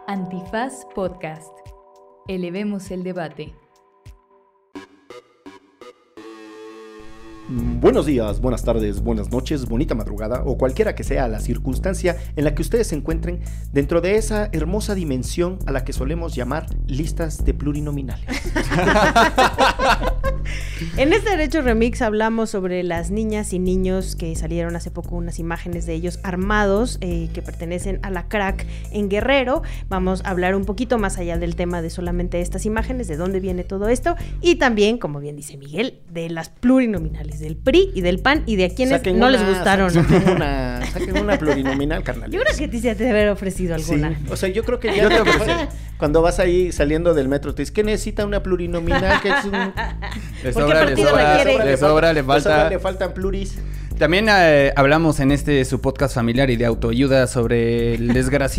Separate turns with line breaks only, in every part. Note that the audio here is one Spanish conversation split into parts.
Antifaz Podcast. Elevemos el debate.
Buenos días, buenas tardes, buenas noches, bonita madrugada o cualquiera que sea la circunstancia en la que ustedes se encuentren dentro de esa hermosa dimensión a la que solemos llamar listas de plurinominales.
En este Derecho Remix hablamos sobre las niñas y niños que salieron hace poco unas imágenes de ellos armados que pertenecen a la CRAC en Guerrero. Vamos a hablar un poquito más allá del tema de solamente estas imágenes, de dónde viene todo esto y también, como bien dice Miguel, de las plurinominales, del PRI y del PAN y de a quienes no les gustaron.
Saquen una plurinominal, carnal.
Yo creo que a ti se te debe haber ofrecido alguna.
Sí. O sea, yo creo que ya cuando vas ahí saliendo del metro te dices, ¿qué necesita una plurinominal? Que es un...
Le sobra, le falta.
Le faltan pluris.
También hablamos en su podcast familiar y de autoayuda sobre el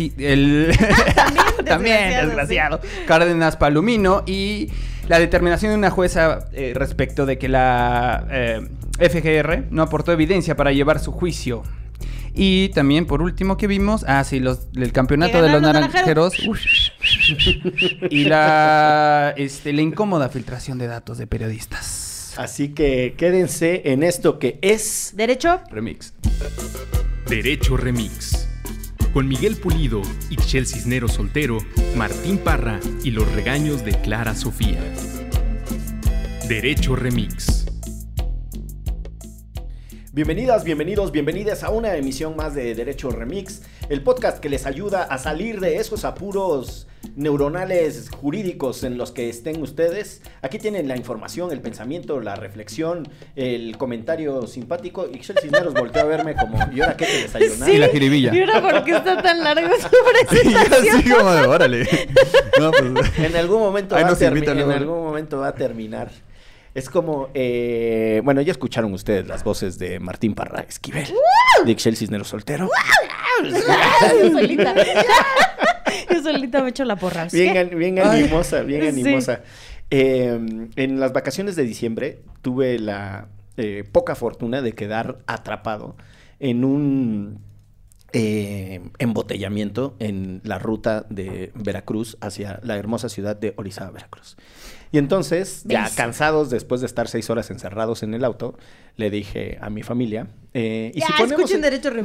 también desgraciado sí. Cárdenas Palomino y la determinación de una jueza respecto de que la FGR no aportó evidencia para llevar su juicio. Y también, por último, que vimos, el campeonato de los naranjeros y la incómoda filtración de datos de periodistas.
Así que quédense en esto que es...
Derecho
Remix.
Derecho Remix. Con Miguel Pulido, Ixchel Cisneros Soltero, Martín Parra y los regaños de Clara Sofía. Derecho Remix.
Bienvenidas, bienvenidos, bienvenidas a una emisión más de Derecho Remix, el podcast que les ayuda a salir de esos apuros neuronales jurídicos en los que estén ustedes. Aquí tienen la información, el pensamiento, la reflexión, el comentario simpático. Y Ixchel Cisneros volteó a verme como, ¿y ahora qué te desayunaste?
Sí, y la jiribilla.
¿Y ahora por qué está tan largo su presentación?
Sí, como de, órale. No, pues,
en algún momento va a terminar. Es como, bueno, ya escucharon ustedes las voces de Martín Parra Esquivel, de Ixchel Cisneros Soltero.
Yo solita me echo la porra.
Bien animosa, bien animosa. En las vacaciones de diciembre tuve la poca fortuna de quedar atrapado en un embotellamiento en la ruta de Veracruz hacia la hermosa ciudad de Orizaba, Veracruz. Y entonces, ya cansados después de estar 6 horas encerrados en el auto, le dije a mi familia... y
ya,
si ponemos
escuchen Derecho Remix.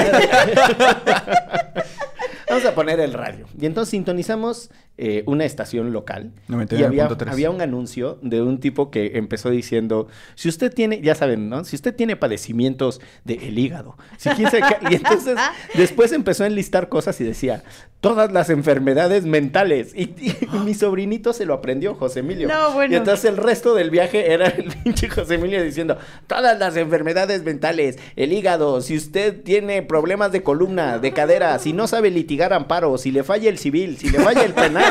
Vamos a poner el radio. Y entonces sintonizamos una estación local.
99.3.
Y había un anuncio de un tipo que empezó diciendo, si usted tiene, ya saben, ¿no? Si usted tiene padecimientos del hígado. Y entonces después empezó a enlistar cosas y decía, todas las enfermedades mentales. Y mi sobrinito se lo aprendió, José Emilio.
No, bueno.
Y entonces el resto del viaje era el pinche José Emilio diciendo, todas las enfermedades mentales, el hígado, si usted tiene problemas de columna, de cadera, si no sabe litigar amparo, si le falla el civil, si le falla el penal.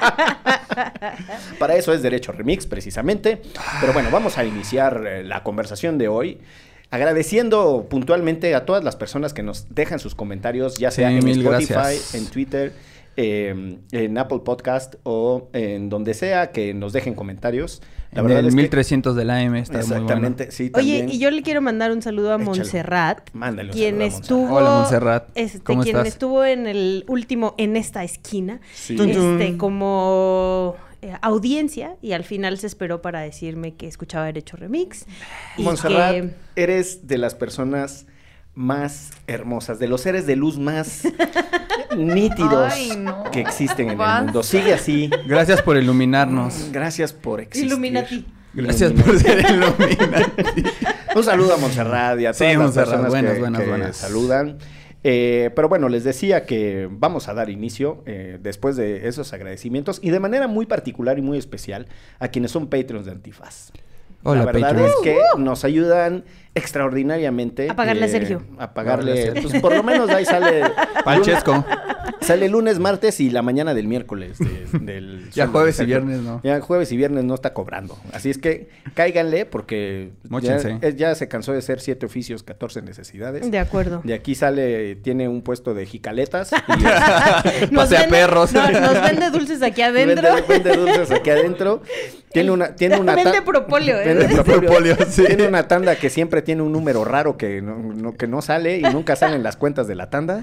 Para eso es Derecho Remix, precisamente. Pero bueno, vamos a iniciar la conversación de hoy agradeciendo puntualmente a todas las personas que nos dejan sus comentarios, ya sea en Spotify,
gracias.
en Twitter, en Apple Podcast o en donde sea que nos dejen comentarios.
La verdad es 1300 de la AM está
exactamente,
muy bueno.
Sí, también.
Oye, y yo le quiero mandar un saludo a Montserrat.
Mándale un
quien
saludo a
estuvo,
Hola, Montserrat. ¿Cómo
quien
estás?
estuvo en el último En Esta Esquina,
Sí.
como audiencia, y al final se esperó para decirme que escuchaba Derecho Remix. Y
Montserrat, eres de las personas más hermosas, de los seres de luz más nítidos que existen en el mundo. Sigue así.
Gracias por iluminarnos.
Gracias por existir.
Illuminati.
Gracias por ser Illuminati.
Un saludo a Montserrat y a todas las personas
buenas.
saludan. Pero bueno, les decía que vamos a dar inicio después de esos agradecimientos y de manera muy particular y muy especial a quienes son Patreons de Antifaz.
Hola,
la verdad
Patreons.
es que nos ayudan extraordinariamente.
A pagarle a Sergio.
A pagarle, pues por lo menos ahí sale...
Palchesco.
Sale lunes, martes y la mañana del miércoles.
Ya jueves y viernes, ¿no?
Ya jueves y viernes no está cobrando. Así es que cáiganle porque ya se cansó de ser 7 oficios, 14 necesidades.
De acuerdo.
De aquí tiene un puesto de jicaletas.
Pasea perros.
Nos vende dulces aquí adentro.
Vende dulces aquí adentro. Tiene una
vende propóleo,
Vende propóleo, sí. Tiene una tanda que siempre tiene un número raro que no sale y nunca salen las cuentas de la tanda.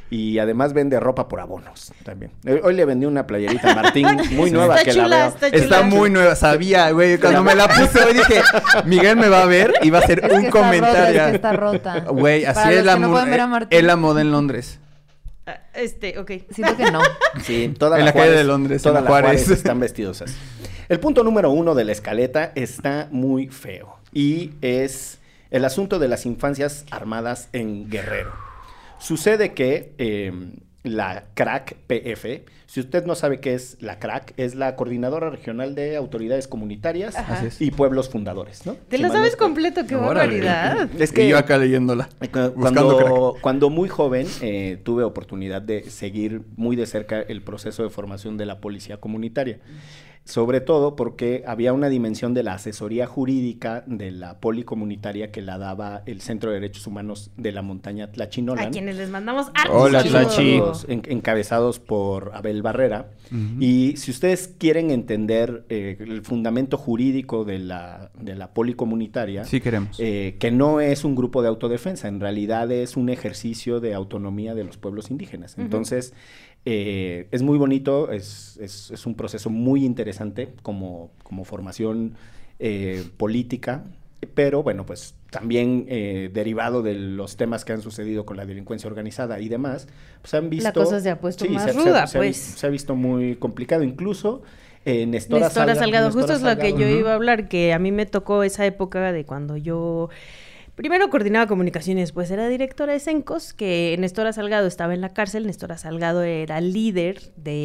Y además vende ropa por abonos también. Hoy le vendí una playerita a Martín muy nueva
Está
que
chula,
la veo.
Está muy nueva, sabía, güey. Cuando me la puse hoy dije, Miguel me va a ver y va a hacer
Es
un
que está
comentario.
rota, es que está rota.
Güey,
Para
así es
los
la
que no pueden ver a Martín.
es la moda en Londres.
Ok.
Siento que no.
Sí, toda
En la calle de Londres,
toda
en
la
Juárez.
Juárez están vestidos así. El punto número 1 de la escaleta está muy feo. Y es el asunto de las infancias armadas en Guerrero. Sucede que la CRAC PF, si usted no sabe qué es la CRAC, es la Coordinadora Regional de Autoridades Comunitarias
Ajá.
y Pueblos Fundadores, ¿no?
¿Te
Si
lo
mal no
sabes
estoy-
completo? ¡Qué
Órale.
barbaridad!
Es
Y
que
yo acá leyéndola. Buscando crack.
cuando muy joven tuve oportunidad de seguir muy de cerca el proceso de formación de la policía comunitaria. Sobre todo porque había una dimensión de la asesoría jurídica de la poli comunitaria que la daba el Centro de Derechos Humanos de la montaña Tlachinolan.
A quienes les mandamos
Hola,
hartos
Tlachi.
saludos.
Encabezados por Abel Barrera.
Ujú.
Y si ustedes quieren entender el fundamento jurídico de la poli comunitaria,
Sí queremos.
que no es un grupo de autodefensa, en realidad es un ejercicio de autonomía de los pueblos indígenas. Entonces, es muy bonito, es un proceso muy interesante como formación política, pero bueno, pues también derivado de los temas que han sucedido con la delincuencia organizada y demás, pues han visto...
La cosa se ha puesto más
se
ruda,
se
pues.
se ha visto muy complicado, incluso... Nestora
Nestora Salgado, justo es lo que yo
Ujú.
iba a hablar, que a mí me tocó esa época de cuando yo primero coordinaba comunicaciones, después era directora de CENCOS, que Nestora Salgado estaba en la cárcel. Nestora Salgado era líder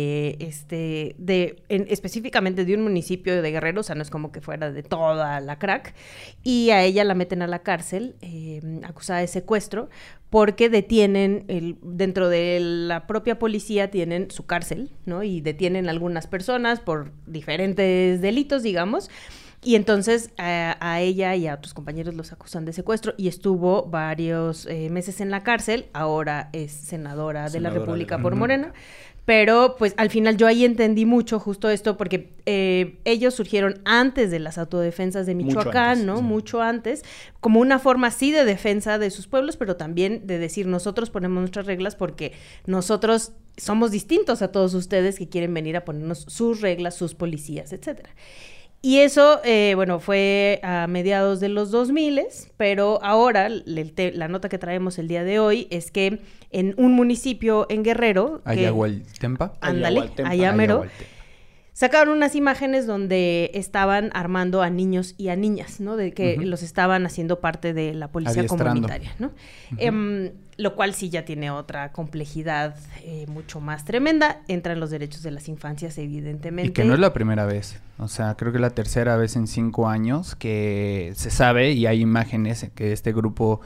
específicamente de un municipio de Guerrero, o sea, no es como que fuera de toda la CRAC, y a ella la meten a la cárcel, acusada de secuestro, porque detienen, dentro de la propia policía tienen su cárcel, ¿no? Y detienen a algunas personas por diferentes delitos, digamos. Y entonces a ella y a otros compañeros los acusan de secuestro y estuvo varios meses en la cárcel. Ahora es senadora de la República por Morena. Pero pues al final yo ahí entendí mucho justo esto porque ellos surgieron antes de las autodefensas de Michoacán,
antes,
¿no?
sí.
Mucho antes, como una forma sí de defensa de sus pueblos, pero también de decir nosotros ponemos nuestras reglas porque nosotros somos distintos a todos ustedes que quieren venir a ponernos sus reglas, sus policías, etcétera. Y eso, bueno, fue a mediados de los 2000, pero ahora la nota que traemos el día de hoy es que en un municipio en Guerrero...
Ayahualtempa.
Ándale,
Ayahualtempa.
allá mero.
Ayahualtempa.
Sacaron unas imágenes donde estaban armando a niños y a niñas, ¿no? De que los estaban haciendo parte de la policía
Adiestrando.
comunitaria, ¿no? Lo cual sí ya tiene otra complejidad mucho más tremenda. Entran los derechos de las infancias, evidentemente.
Y que no es la primera vez. O sea, creo que es la tercera vez en 5 años que se sabe y hay imágenes que este grupo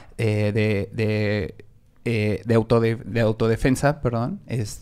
de autodefensa, perdón,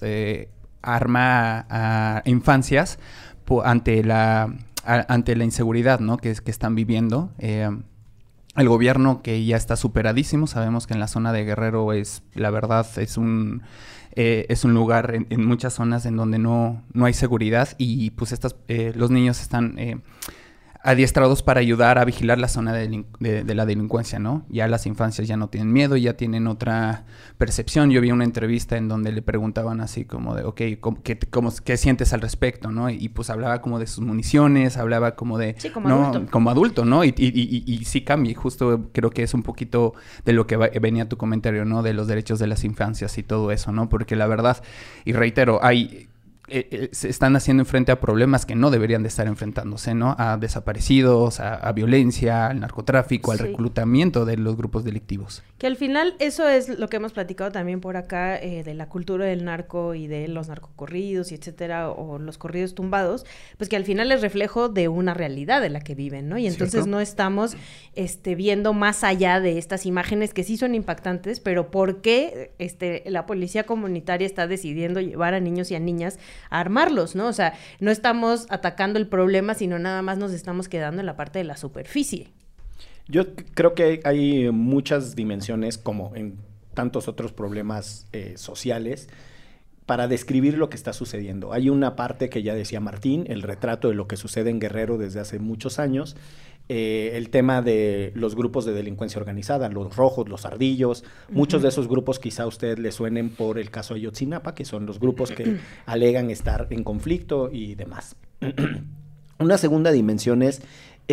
arma a infancias ante la inseguridad, ¿no? que están viviendo. El gobierno que ya está superadísimo, sabemos que en la zona de Guerrero la verdad es un lugar en muchas zonas en donde no hay seguridad y pues los niños están adiestrados para ayudar a vigilar la zona de la delincuencia, ¿no? Ya las infancias ya no tienen miedo, ya tienen otra percepción. Yo vi una entrevista en donde le preguntaban así como de, ¿qué sientes al respecto, no? Y pues hablaba como de sus municiones, hablaba como de...
Sí, como
¿no?
adulto.
Como adulto, ¿no? Y sí cambia, y justo creo que es un poquito de lo que venía tu comentario, ¿no? De los derechos de las infancias y todo eso, ¿no? Porque la verdad, y reitero, se están haciendo frente a problemas que no deberían de estar enfrentándose, ¿no? A desaparecidos, a violencia, al narcotráfico, al
Sí.
reclutamiento de los grupos delictivos.
Que al final eso es lo que hemos platicado también por acá, de la cultura del narco y de los narcocorridos y etcétera, o los corridos tumbados, pues que al final es reflejo de una realidad de la que viven, ¿no? Y entonces
¿Cierto?
no estamos viendo más allá de estas imágenes que sí son impactantes, pero ¿por qué la policía comunitaria está decidiendo llevar a niños y a niñas a armarlos, ¿no? O sea, no estamos atacando el problema, sino nada más nos estamos quedando en la parte de la superficie.
Yo creo que hay muchas dimensiones, como en tantos otros problemas sociales, para describir lo que está sucediendo. Hay una parte que ya decía Martín, el retrato de lo que sucede en Guerrero desde hace muchos años, el tema de los grupos de delincuencia organizada, los rojos, los ardillos, muchos de esos grupos quizá a usted le suenen por el caso Ayotzinapa, que son los grupos que alegan estar en conflicto y demás. Una segunda dimensión es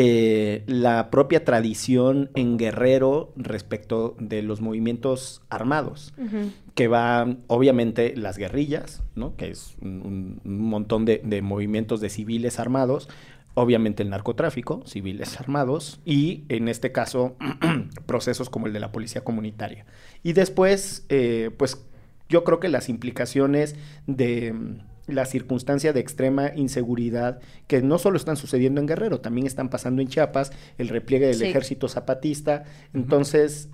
la propia tradición en Guerrero respecto de los movimientos armados, que va, obviamente, las guerrillas, ¿no? Que es un montón de movimientos de civiles armados, obviamente el narcotráfico, civiles armados, y en este caso, procesos como el de la policía comunitaria. Y después, pues, yo creo que las implicaciones de la circunstancia de extrema inseguridad que no solo están sucediendo en Guerrero, también están pasando en Chiapas, el repliegue del ejército zapatista. Entonces,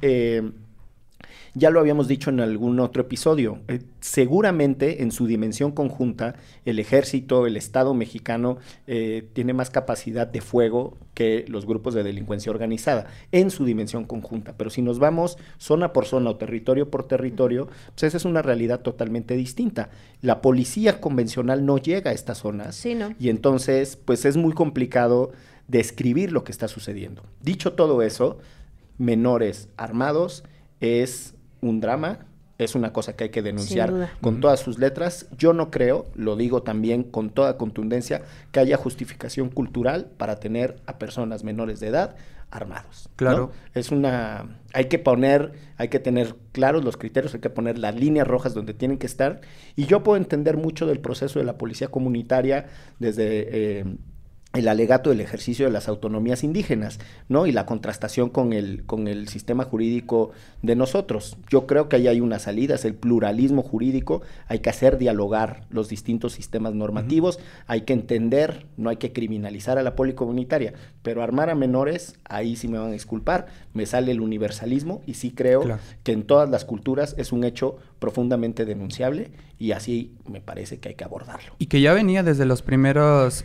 ya lo habíamos dicho en algún otro episodio, seguramente en su dimensión conjunta, el ejército, el Estado mexicano, tiene más capacidad de fuego que los grupos de delincuencia organizada, en su dimensión conjunta. Pero si nos vamos zona por zona o territorio por territorio, pues esa es una realidad totalmente distinta. La policía convencional no llega a estas zonas,
Sí, ¿no?
y entonces, pues es muy complicado describir lo que está sucediendo. Dicho todo eso, menores armados es un drama, es una cosa que hay que denunciar
Sin duda.
con todas sus letras. Yo no creo, lo digo también con toda contundencia, que haya justificación cultural para tener a personas menores de edad armados, ¿no?
Claro.
Es una... hay que tener claros los criterios, hay que poner las líneas rojas donde tienen que estar, y yo puedo entender mucho del proceso de la policía comunitaria desde el alegato del ejercicio de las autonomías indígenas, ¿no? Y la contrastación con el sistema jurídico de nosotros. Yo creo que ahí hay una salida, es el pluralismo jurídico, hay que hacer dialogar los distintos sistemas normativos, hay que entender, no hay que criminalizar a la poli comunitaria, pero armar a menores, ahí sí me van a disculpar, me sale el universalismo, y sí creo que en todas las culturas es un hecho profundamente denunciable, y así me parece que hay que abordarlo.
Y que ya venía desde los primeros...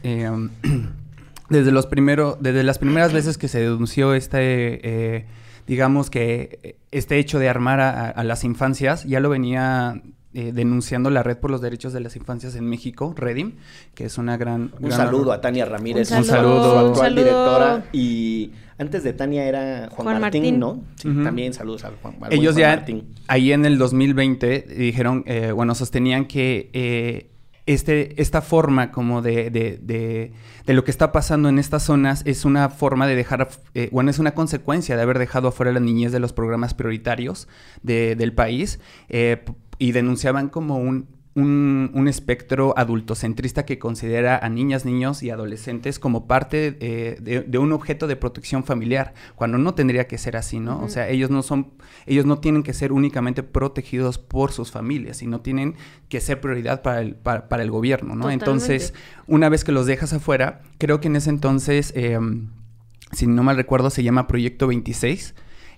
desde las primeras veces que se denunció digamos que este hecho de armar a las infancias, ya lo venía denunciando la Red por los Derechos de las Infancias en México, Redim, que es una gran...
Un saludo a Tania Ramírez,
Un saludo.
su actual
Un saludo.
directora, y antes de Tania era Juan Martín, ¿no? Sí, también saludos al
Ellos
Juan
ya,
Martín.
ahí en el 2020, dijeron, sostenían que esta forma como de lo que está pasando en estas zonas es una forma de dejar, es una consecuencia de haber dejado afuera a la niñez de los programas prioritarios del país, y denunciaban como un espectro adultocentrista que considera a niñas, niños y adolescentes como parte de un objeto de protección familiar, cuando no tendría que ser así, ¿no? O sea, ellos no tienen que ser únicamente protegidos por sus familias, sino tienen que ser prioridad para el gobierno, ¿no?
Totalmente.
Entonces, una vez que los dejas afuera, creo que en ese entonces, si no mal recuerdo, se llama Proyecto 26,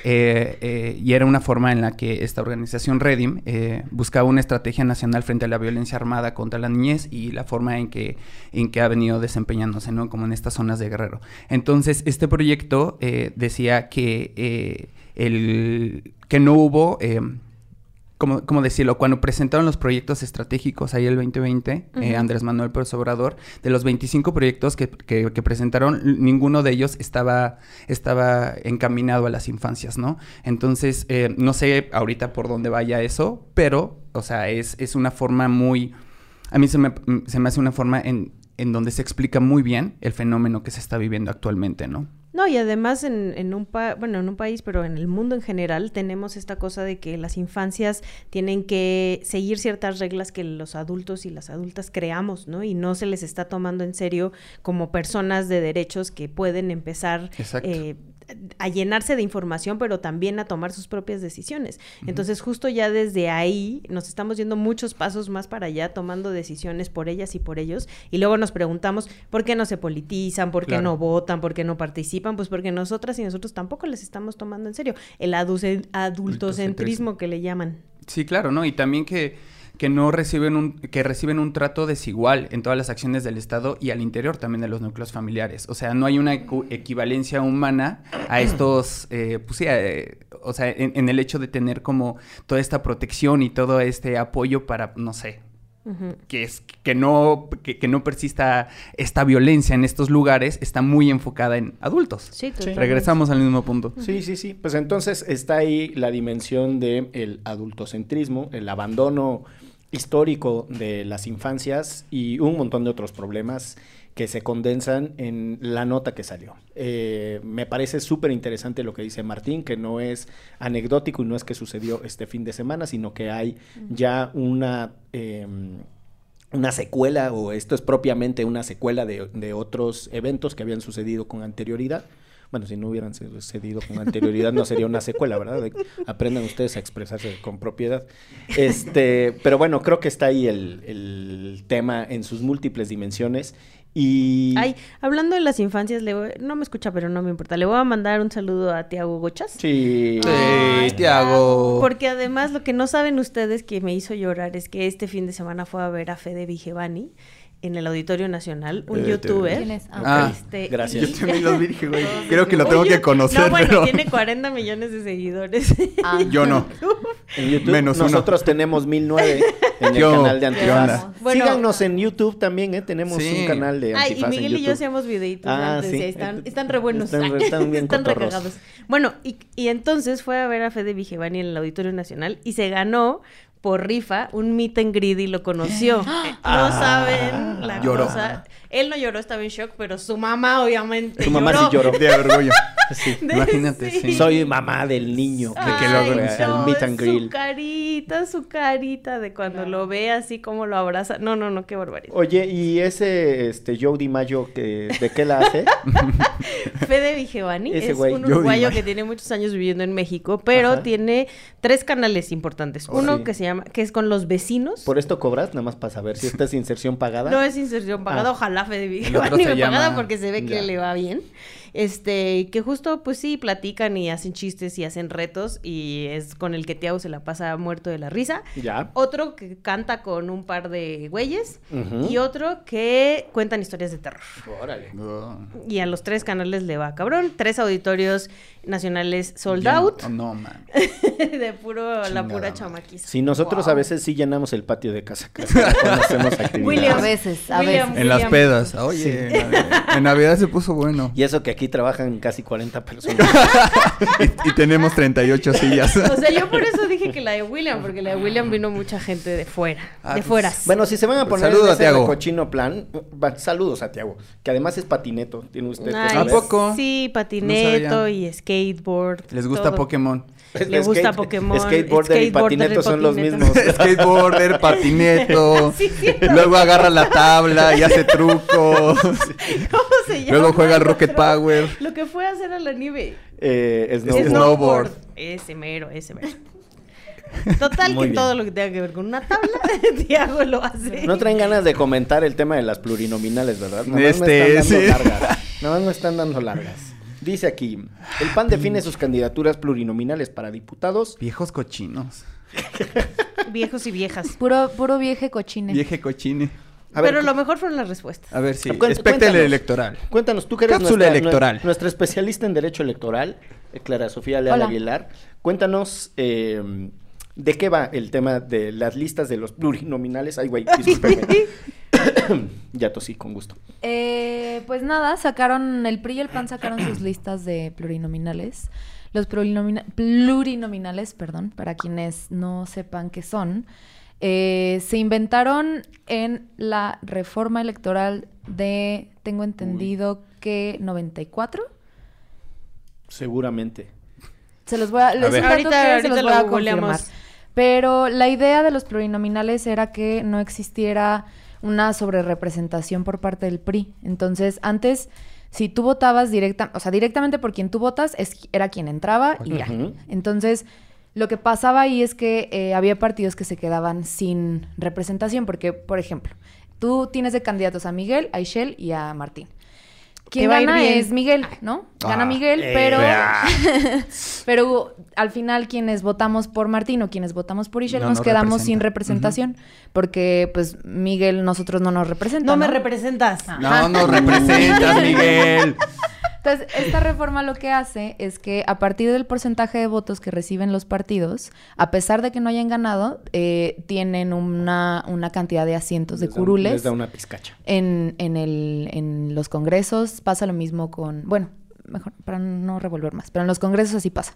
y era una forma en la que esta organización Redim buscaba una estrategia nacional frente a la violencia armada contra la niñez y la forma en que ha venido desempeñándose, ¿no? Como en estas zonas de Guerrero. Entonces, este proyecto decía que no hubo... ¿Cómo decirlo? Cuando presentaron los proyectos estratégicos ahí el 2020, Andrés Manuel López Obrador, de los 25 proyectos que presentaron, ninguno de ellos estaba encaminado a las infancias, ¿no? Entonces, no sé ahorita por dónde vaya eso, pero, o sea, es una forma muy... A mí se me hace una forma en donde se explica muy bien el fenómeno que se está viviendo actualmente, ¿no?
No, y además en un país, pero en el mundo en general, tenemos esta cosa de que las infancias tienen que seguir ciertas reglas que los adultos y las adultas creamos, ¿no? Y no se les está tomando en serio como personas de derechos que pueden empezar a llenarse de información, pero también a tomar sus propias decisiones. Entonces, justo ya desde ahí nos estamos yendo muchos pasos más para allá, tomando decisiones por ellas y por ellos, y luego nos preguntamos por qué no se politizan, por qué no votan, por qué no participan, pues porque nosotras y nosotros tampoco les estamos tomando en serio el adultocentrismo que le llaman.
Sí, claro, ¿no? Y también que reciben un trato desigual en todas las acciones del Estado y al interior también de los núcleos familiares. O sea, no hay una equivalencia humana a estos, o sea, en el hecho de tener como toda esta protección y todo este apoyo para, no sé, que no persista esta violencia en estos lugares, está muy enfocada en adultos.
Sí, totalmente.
Regresamos al mismo punto.
Sí. Pues entonces está ahí la dimensión del adultocentrismo, el abandono histórico de las infancias y un montón de otros problemas que se condensan en la nota que salió. Me parece súper interesante lo que dice Martín, que no es anecdótico y no es que sucedió este fin de semana, sino que hay ya una secuela, o esto es propiamente una secuela de otros eventos que habían sucedido con anterioridad. Bueno, si no hubieran sucedido con anterioridad, no sería una secuela, ¿verdad? Aprendan ustedes a expresarse con propiedad. Pero bueno, creo que está ahí el tema en sus múltiples dimensiones. Y...
Ay, hablando de las infancias, no me escucha, pero no me importa. Le voy a mandar un saludo a Tiago Gochas.
Sí.
Tiago.
Porque además lo que no saben ustedes que me hizo llorar es que este fin de semana fue a ver a Fede Vigevani en el Auditorio Nacional, un youtuber.
¿Quién es?
Gracias.
Yo también los vi, dije, güey, creo que lo tengo que conocer,
No, bueno,
pero...
tiene 40 millones de seguidores.
Yo no.
En YouTube
Menos
nosotros tenemos 1009 en el canal de Antifaz.
Bueno,
Síganos en YouTube también, tenemos un canal de Antifaz.
Ay, y Miguel
en
y yo
YouTube.
hacíamos videitos
Ah,
antes,
sí.
y ahí están re buenos.
Están bien
Están re
cotorros.
cagados. Bueno, y entonces fue a ver a Fede Vigevani en el Auditorio Nacional y se ganó por rifa un meet and greet y lo conoció. No saben la
Lloró.
cosa. Él no lloró, estaba en shock, pero su mamá obviamente
Su mamá sí lloró.
De orgullo.
Sí.
Imagínate, sí.
Soy mamá del niño.
que
Ay,
logró
al meet and grill.
Su carita de cuando lo ve así como lo abraza. No, qué barbaridad.
Oye, ¿y ese Joe DiMaggio de qué la hace?
Fede Vigevani
Ese
es
güey,
un
Joe
uruguayo
DiMaggio.
que tiene muchos años viviendo en México, pero
Ajá.
tiene 3 canales importantes. Uno
Sí.
que se llama, que es con los vecinos.
¿Por esto cobras? Nada más para saber si esta es inserción pagada.
No es inserción pagada,
Ah.
ojalá Fede
otro
Vigevani
se
me pagada
llama-
porque se ve que
Ya.
le va bien. Que justo, pues sí, platican y hacen chistes y hacen retos y es con el que Tiago se la pasa muerto de la risa.
Ya.
Otro que canta con un par de güeyes
Ujú.
y otro que cuentan historias de terror.
Órale.
Y a los 3 canales le va cabrón. 3 auditorios nacionales sold
Lleno.
out.
Oh, no, man.
De la
Chingada
pura
madre.
chamaquiza.
Sí, nosotros a veces sí llenamos el patio de casa cuando hacemos actividades.
William.
A veces, a
William.
veces.
En las pedas. Oye, en Navidad se puso bueno.
Y eso que aquí trabajan casi 40 personas.
Y tenemos 38 sillas.
O sea, yo por eso dije que la de William, porque la de William vino mucha gente de fuera.
Ah,
de
pues,
fueras.
Bueno, si se van a poner
Saludos
en
a
ese
Tiago.
cochino plan, saludos a Tiago, que además es patineto, tiene usted que
Ay,
saber.
¿A poco?
Sí,
No
patineto
sabía.
y skateboard.
Les gusta
todo.
Pokémon.
Le gusta Pokémon.
Skateboarder y patineto son los
patineto.
mismos.
Skateboarder, patineto.
Sí, cierto.
Luego agarra la tabla y hace trucos.
¿Cómo se llama?
Luego juega al
el
Rocket
otro?
Power.
Lo que fue a hacer a la nieve.
Snowboard.
Ese mero. Total,
Muy
que
bien.
todo lo que tenga que ver con una tabla, Tiago lo hace.
No traen ganas de comentar el tema de las plurinominales, ¿verdad? Nada más
Sí.
Nada más me están dando largas. Dice aquí, el PAN define sus candidaturas plurinominales para diputados.
Viejos cochinos.
Viejos y viejas.
Puro vieje cochine.
Vieje cochine.
A ver,
Pero lo mejor fueron las respuestas.
A ver, sí.
Cuéntanos.
Espectro electoral.
Cuéntanos, tú que eres
Cápsula electoral.
nuestra especialista en Derecho Electoral, Clara Sofía Leal
Hola.
Aguilar. Cuéntanos de qué va el tema de las listas de los plurinominales. Ay, güey, discúlpeme. Ya tosí, con gusto.
Pues nada, el PRI y el PAN sacaron sus listas de plurinominales. Los plurinominales, perdón, para quienes no sepan qué son, se inventaron en la reforma electoral de, tengo entendido que 94.
Seguramente.
Se los voy a...
ver.
Ahorita
se los
lo
voy a
googleamos.
confirmar. Pero la idea de los plurinominales era que no existiera una sobrerepresentación por parte del PRI. Entonces, antes, si tú votabas directamente por quien tú votas, era quien entraba y ya.
Ujú.
Entonces, lo que pasaba ahí es que había partidos que se quedaban sin representación, porque, por ejemplo, tú tienes de candidatos a Miguel, a Ishel y a Martín. Quien
Que va a ir
gana
bien.
es Miguel, ¿no? Gana
Ah,
Miguel, pero...
vea.
pero al final quienes votamos por Martín o quienes votamos por Ishel
No
nos
nos
quedamos sin
representa.
representación. Porque, pues, Miguel nosotros no nos representa,
No me representas.
No nos representas, Miguel.
Entonces, esta reforma lo que hace es que a partir del porcentaje de votos que reciben los partidos, a pesar de que no hayan ganado, tienen una cantidad de asientos de curules.
Les da una pizcacha.
En los congresos pasa lo mismo con... Bueno, mejor para no revolver más, pero en los congresos así pasa.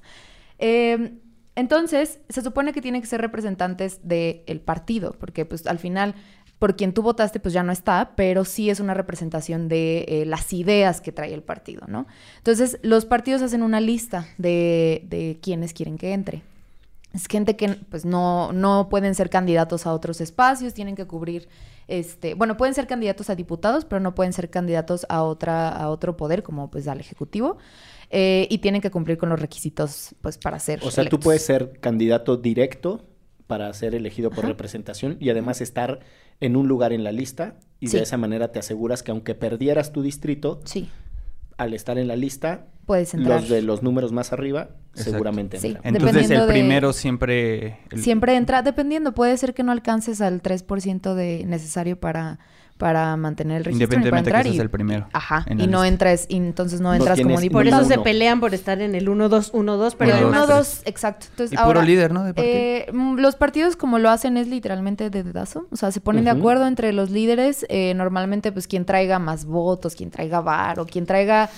Entonces, se supone que tienen que ser representantes del partido, porque pues al final... por quien tú votaste, pues ya no está, pero sí es una representación de las ideas que trae el partido, ¿no? Entonces, los partidos hacen una lista de quienes quieren que entre. Es gente que, pues, no pueden ser candidatos a otros espacios, tienen que cubrir, bueno, pueden ser candidatos a diputados, pero no pueden ser candidatos a otro poder, como, pues, al ejecutivo, y tienen que cumplir con los requisitos, pues, para ser
O sea,
electos.
tú puedes ser candidato directo para ser elegido por representación y además estar en un lugar en la lista y
Sí.
de esa manera te aseguras que aunque perdieras tu distrito,
Sí,
al estar en la lista,
puedes entrar.
los de los números más arriba
Exacto.
seguramente
Sí.
entran.
Entonces
Dependiendo
el
de-
primero siempre...
Siempre entra, dependiendo, puede ser que no alcances al 3% necesario para mantener el registro ni para
Independientemente
entrar.
que seas el primero
Ajá,
en la
y no
lista.
entras, y entonces no entras como
tienes-
Por
diputado.
eso se
Uno.
pelean por estar en el 1-2-1-2, pero
Pero el
1, 2,
1-2, exacto. Entonces,
Y
ahora,
puro líder, ¿no? De partido.
los partidos como lo hacen es literalmente de dedazo. O sea, se ponen de
Ujú.
acuerdo entre los líderes. Normalmente, pues, quien traiga más votos, quien traiga varo, quien traiga,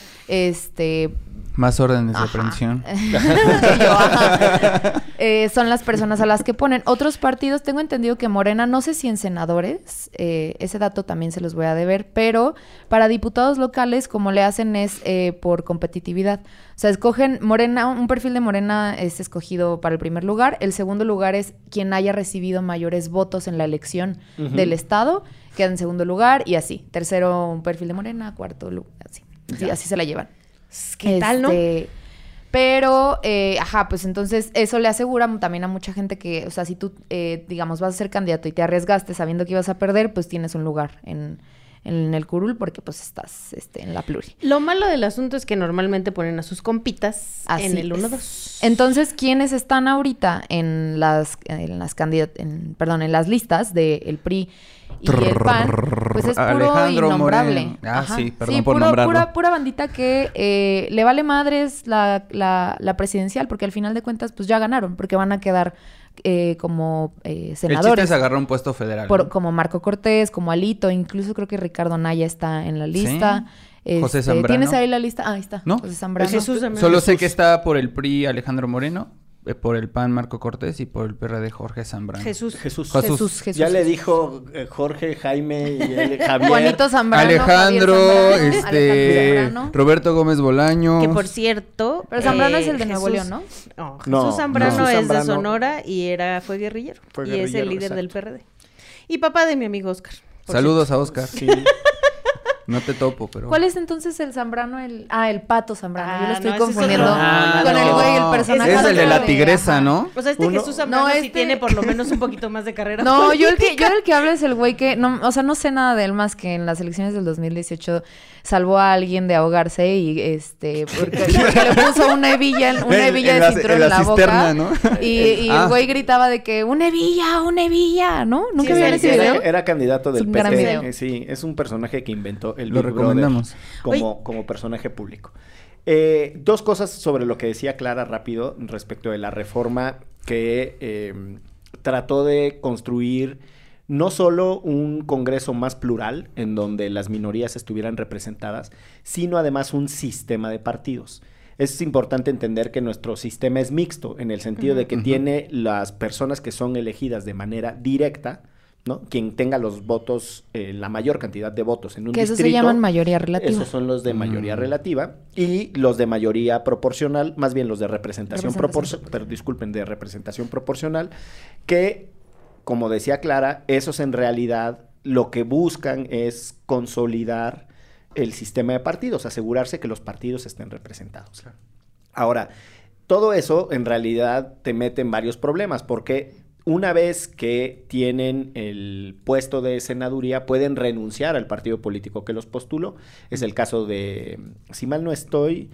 Más órdenes de
Ajá.
aprehensión.
Yo, ajá. Son las personas a las que ponen. Otros partidos, tengo entendido que Morena, no sé si en senadores, ese dato también se los voy a deber, pero para diputados locales, como le hacen es por competitividad. O sea, escogen Morena, un perfil de Morena es escogido para el primer lugar. El segundo lugar es quien haya recibido mayores votos en la elección del estado, queda en segundo lugar y así. Tercero, un perfil de Morena, cuarto lugar, así. Sí, así se la llevan.
¿Qué tal, no?
Pero, ajá, pues entonces eso le asegura también a mucha gente que, o sea, si tú, digamos, vas a ser candidato y te arriesgaste sabiendo que ibas a perder, pues tienes un lugar en el curul porque pues estás en la pluri.
Lo malo del asunto es que normalmente ponen a sus compitas
Así
en el
es.
1-2.
Entonces, ¿quiénes están ahorita en las listas del PRI y el PAN? Pues es puro
Alejandro
innombrable.
Moreno. Ah,
Ajá.
sí, perdón por nombrarlo.
Pura bandita que le vale madres la presidencial, porque al final de cuentas, pues ya ganaron, porque van a quedar como
El chiste
senadores.
es agarrar un puesto federal. ¿no?
Como Marco Cortés, como Alito, incluso creo que Ricardo Anaya está en la lista.
José Zambrano.
¿Tienes ahí la lista? Ah, ahí está.
¿No?
José Zambrano.
Jesús Zambrano.
Solo sé que está por el PRI Alejandro Moreno, por el PAN Marco Cortés y por el PRD Jorge Zambrano.
Jesús.
Jesús.
Jesús.
Ya le dijo Jorge, Jaime y él, Javier.
Juanito Zambrano.
Alejandro,
Javier Zambrano, Alejandro Zambrano.
Roberto Gómez Bolaño.
Que por cierto...
Pero Zambrano es el de Nuevo León, ¿no?
No, Jesús
No,
Zambrano
Jesús
es
Zambrano.
de Sonora y fue guerrillero.
Fue
y es
guerrillero,
el líder del
exacto.
PRD. Y papá de mi amigo Oscar. por
Saludos a Oscar.
Sí.
No te topo, pero...
¿Cuál es entonces el Zambrano? El Pato Zambrano. Yo lo
Ah,
estoy
no, ese es
confundiendo
otro.
Ah,
con el
no.
güey, el personaje.
Es el de la
Ajá.
tigresa, ¿no?
O sea,
Uno-
Jesús Zambrano
No,
sí tiene por lo menos un poquito más de carrera.
No, yo el
política.
que hablo es el güey que, no, o sea, no sé nada de él más que en las elecciones del 2018 salvó a alguien de ahogarse y porque le puso una hebilla de cinturón en la
cisterna,
boca.
¿no?
Y
Ah.
el güey gritaba de que una hebilla, ¿no? ¿Nunca
Sí,
vieron
sí,
ese
sí,
video?
Era candidato del
Es un gran
PT.
video.
Sí, es un personaje que inventó el
Lo
Big Brother
recomendamos.
como personaje público. Dos cosas sobre lo que decía Clara rápido respecto de la reforma que trató de construir no solo un Congreso más plural, en donde las minorías estuvieran representadas, sino además un sistema de partidos. Es importante entender que nuestro sistema es mixto, en el sentido de que
Ujú.
tiene las personas que son elegidas de manera directa, ¿no? Quien tenga los votos, la mayor cantidad de votos en un
Que eso
distrito.
se llaman mayoría relativa.
Esos son los de mayoría
Mm.
relativa y los de mayoría proporcional, más bien los de representación
Representación
de representación proporcional, que, como decía Clara, esos en realidad lo que buscan es consolidar el sistema de partidos, asegurarse que los partidos estén representados. Ahora, todo eso en realidad te mete en varios problemas, porque una vez que tienen el puesto de senaduría, pueden renunciar al partido político que los postuló. Es el caso de, si mal no estoy,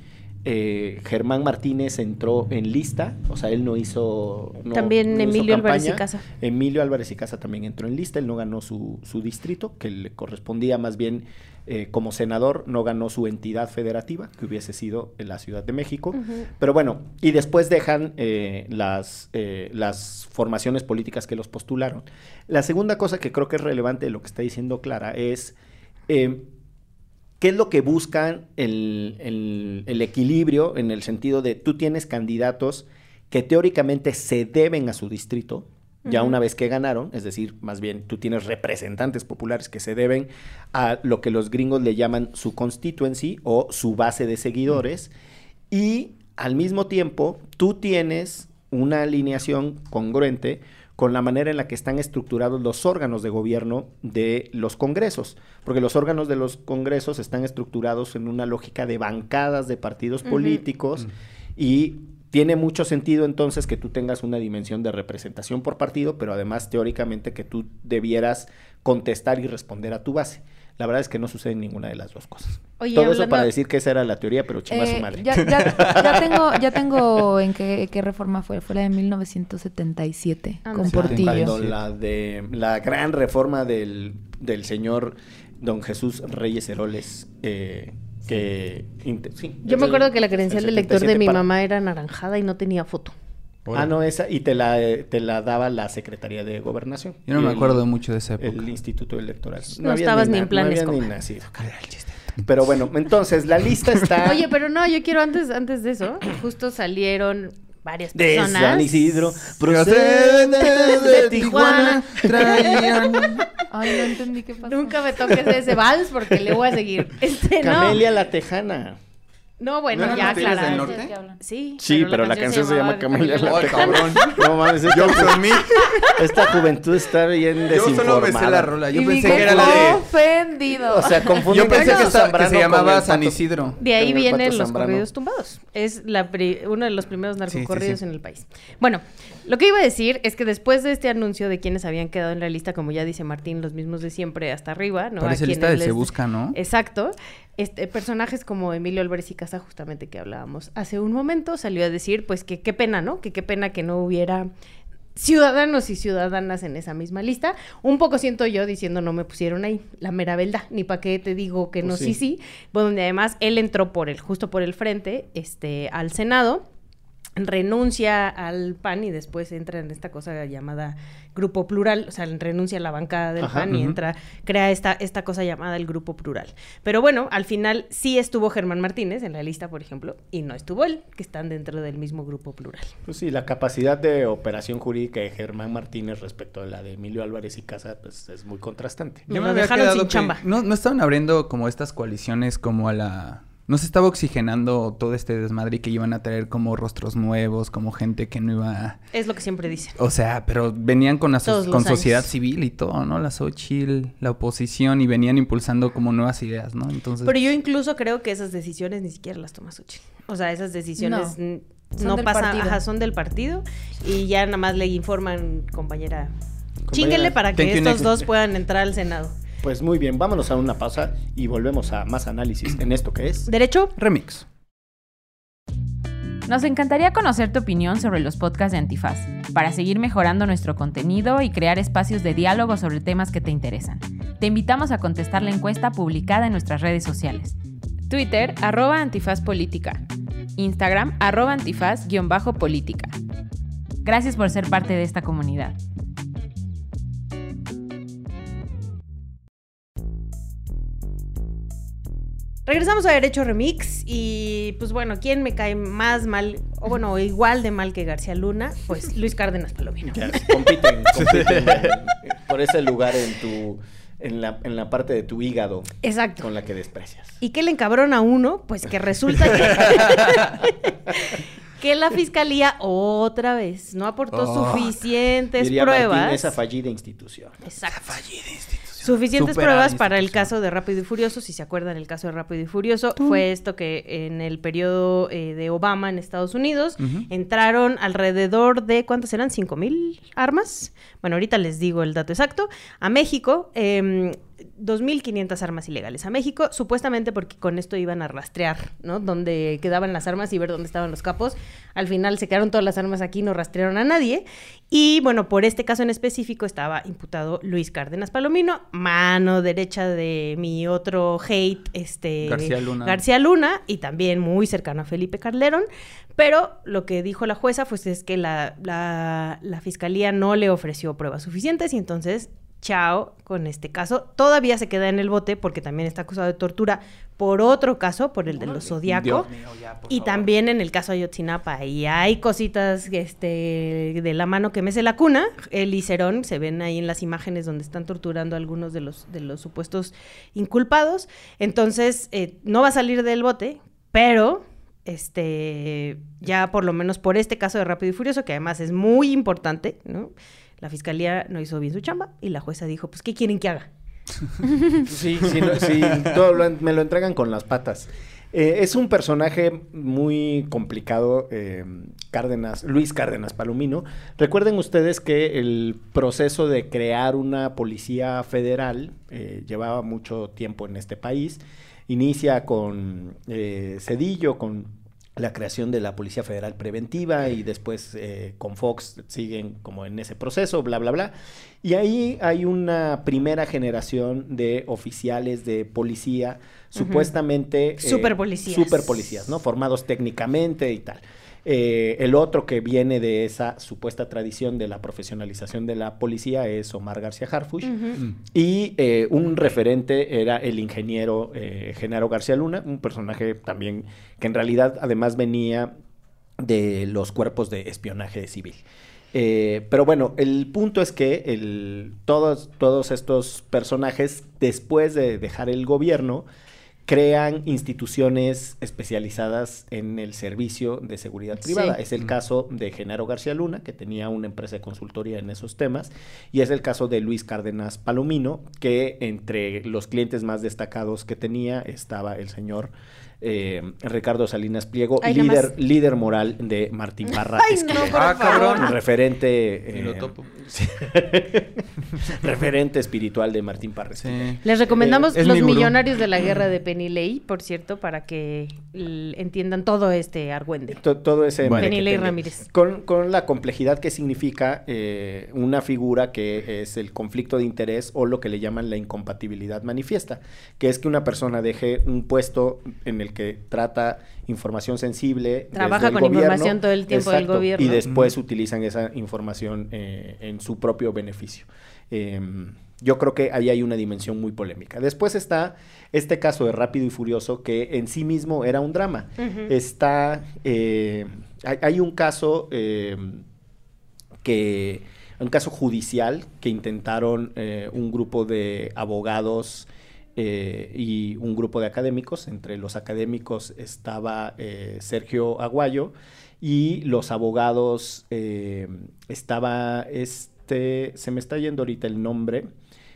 Germán Martínez entró en lista, o sea, él no hizo...
También Emilio Álvarez y Casa.
Emilio Álvarez y Casa también entró en lista, él no ganó su distrito, que le correspondía más bien como senador, no ganó su entidad federativa, que hubiese sido en la Ciudad de México. Pero bueno, y después dejan las formaciones políticas que los postularon. La segunda cosa que creo que es relevante de lo que está diciendo Clara es... ¿qué es lo que buscan el equilibrio en el sentido de tú tienes candidatos que teóricamente se deben a su distrito, ya una vez que ganaron, es decir, más bien tú tienes representantes populares que se deben a lo que los gringos le llaman su constituency o su base de seguidores, y al mismo tiempo tú tienes una alineación congruente con la manera en la que están estructurados los órganos de gobierno de los congresos, porque los órganos de los congresos están estructurados en una lógica de bancadas de partidos políticos y tiene mucho sentido entonces que tú tengas una dimensión de representación por partido, pero además teóricamente que tú debieras contestar y responder a tu base. La verdad es que no sucede ninguna de las dos cosas.
Oye,
todo eso para decir que esa era la teoría, pero chingada su madre.
Ya tengo en qué reforma fue. Fue la de 1977 con Portillo.
Cuando la gran reforma del señor Don Jesús Reyes Heroles,
Yo me acuerdo que la credencial del lector de mi mamá era anaranjada y no tenía foto.
No, esa, y te la daba la Secretaría de Gobernación.
Yo no me acuerdo mucho de esa época.
El Instituto Electoral.
No estabas ni en planes.
No había ni nacido. Pero bueno, entonces la lista está...
Oye, pero no, yo quiero antes de eso, justo salieron varias personas.
De San Isidro, procedentes de Tijuana, traían...
Ay, no entendí qué pasó.
Nunca me toques ese vals porque le voy a seguir.
Camelia la Tejana.
No, bueno,
¿No
ya,
Tigres
Clara.
del Norte?
Sí,
pero la canción se llama Camelia la
Ay,
Tejana.
cabrón.
No mames, esta juventud está bien
Yo
desinformada.
solo me sé la rola. Yo
Y
pensé
Miguel
que era la de...
ofendido.
O sea, confundí.
Yo pensé que
Zambrano
se llamaba
con el
San
Pato-
Isidro.
De ahí
con el
vienen
Pato
los
Zambrano.
corridos tumbados. Es uno de los primeros narcocorridos
sí.
en el país. Bueno, lo que iba a decir es que después de este anuncio de quienes habían quedado en la lista, como ya dice Martín, los mismos de siempre hasta arriba, ¿no?
Parece
A
lista de
quienes
Se Busca, ¿no?
Exacto. Personajes como Emilio Álvarez y Casa, justamente que hablábamos hace un momento, salió a decir, pues, que qué pena, ¿no? Que qué pena que no hubiera ciudadanos y ciudadanas en esa misma lista. Un poco siento yo diciendo no me pusieron ahí, la mera verdad, ni para qué te digo que no,
Pues
sí. Bueno, donde además él entró justo por el frente, al Senado, renuncia al PAN y después entra en esta cosa llamada Grupo Plural, o sea, renuncia a la bancada del PAN y crea esta cosa llamada el Grupo Plural. Pero bueno, al final sí estuvo Germán Martínez en la lista, por ejemplo, y no estuvo él, que están dentro del mismo Grupo Plural.
Pues sí, la capacidad de operación jurídica de Germán Martínez respecto a la de Emilio Álvarez y Casa, pues es muy contrastante.
Nos
me había
dejaron
quedado
sin chamba.
No estaban abriendo como estas coaliciones como a la... No se estaba oxigenando todo este desmadre y que iban a traer como rostros nuevos, como gente que no iba...
Es lo que siempre dicen.
O sea, pero venían con
Todos los
sociedad
años.
civil y todo, ¿no? La Xochitl, la oposición, y venían impulsando como nuevas ideas, ¿no? Entonces...
Pero yo incluso creo que esas decisiones ni siquiera las toma Xochitl. O sea, esas decisiones
Son
no
del
pasan,
partido.
son del partido y ya nada más le informan, compañera. Chínguele para
Thank
que
you,
estos
next.
dos puedan entrar al Senado.
Pues muy bien, vámonos a una pausa y volvemos a más análisis en esto que es...
¿Derecho?
Remix.
Nos encantaría conocer tu opinión sobre los podcasts de Antifaz, para seguir mejorando nuestro contenido y crear espacios de diálogo sobre temas que te interesan. Te invitamos a contestar la encuesta publicada en nuestras redes sociales. Twitter, @antifazpolítica. Instagram, @antifaz_política. Gracias por ser parte de esta comunidad.
Regresamos a Derecho Remix y pues bueno, ¿quién me cae más mal, o bueno, igual de mal que García Luna? Pues Luis Cárdenas Palomino.
Ya, compiten por ese lugar en la parte de tu hígado
Exacto.
con la que desprecias.
¿Y qué le encabrona a uno? Pues que resulta que la fiscalía otra vez no aportó suficientes
Diría
pruebas.
Martín, esa fallida institución.
Exacto. Suficientes
Superada
pruebas para el
institución.
caso de Rápido y Furioso. Si se acuerdan, el caso de Rápido y Furioso fue esto que en el periodo de Obama en Estados Unidos entraron alrededor de, ¿cuántas eran? 5,000 armas. Bueno, ahorita les digo el dato exacto. A México, 2.500 armas ilegales a México, supuestamente porque con esto iban a rastrear, ¿no? Dónde quedaban las armas y ver dónde estaban los capos. Al final se quedaron todas las armas aquí, no rastrearon a nadie. Y bueno, por este caso en específico estaba imputado Luis Cárdenas Palomino, mano derecha de mi otro hate, García Luna, y también muy cercano a Felipe Calderón. Pero lo que dijo la jueza pues es que la fiscalía no le ofreció pruebas suficientes y entonces chao con este caso. Todavía se queda en el bote porque también está acusado de tortura por otro caso, por el de los Zodiaco. Y también en el caso Ayotzinapa. Y hay cositas de la mano que mece la cuna. El Iserón, se ven ahí en las imágenes donde están torturando a algunos de los supuestos inculpados. Entonces, no va a salir del bote, pero ya por lo menos por este caso de Rápido y Furioso, que además es muy importante, ¿no? La fiscalía no hizo bien su chamba y la jueza dijo, pues, ¿qué quieren que haga?
Sí, me lo entregan con las patas. Es un personaje muy complicado, Luis Cárdenas Palomino. Recuerden ustedes que el proceso de crear una policía federal llevaba mucho tiempo en este país. Inicia con Zedillo, con la creación de la Policía Federal Preventiva y después con Fox siguen como en ese proceso, bla, bla, bla. Y ahí hay una primera generación de oficiales de policía, supuestamente... Superpolicías, ¿no? Formados técnicamente y tal. El otro que viene de esa supuesta tradición de la profesionalización de la policía es Omar García Harfuch. Y un referente era el ingeniero Genaro García Luna, un personaje también que en realidad además venía de los cuerpos de espionaje civil. Pero bueno, el punto es que todos estos personajes, después de dejar el gobierno, crean instituciones especializadas en el servicio de seguridad privada. Sí. Es el caso de Genaro García Luna, que tenía una empresa de consultoría en esos temas, y es el caso de Luis Cárdenas Palomino, que entre los clientes más destacados que tenía estaba el señor Ricardo Salinas Pliego, líder moral de Martín Parra.
¡Ay, no, por favor!
Referente... referente espiritual de Martín Parra. Sí.
Les recomendamos Los Millonarios de la Guerra de Penny Ley, por cierto, para que entiendan todo este argüende.
Todo ese...
Penny Ley Ramírez.
Con la complejidad que significa una figura que es el conflicto de interés o lo que le llaman la incompatibilidad manifiesta, que es que una persona deje un puesto en el que trata información sensible,
trabaja con gobierno, información todo el tiempo del gobierno,
y después utilizan esa información en su propio beneficio. Yo creo que ahí hay una dimensión muy polémica. Después está este caso de Rápido y Furioso, que en sí mismo era un drama. Hay un caso un caso judicial que intentaron un grupo de abogados y un grupo de académicos. Entre los académicos estaba Sergio Aguayo y los abogados estaba se me está yendo ahorita el nombre,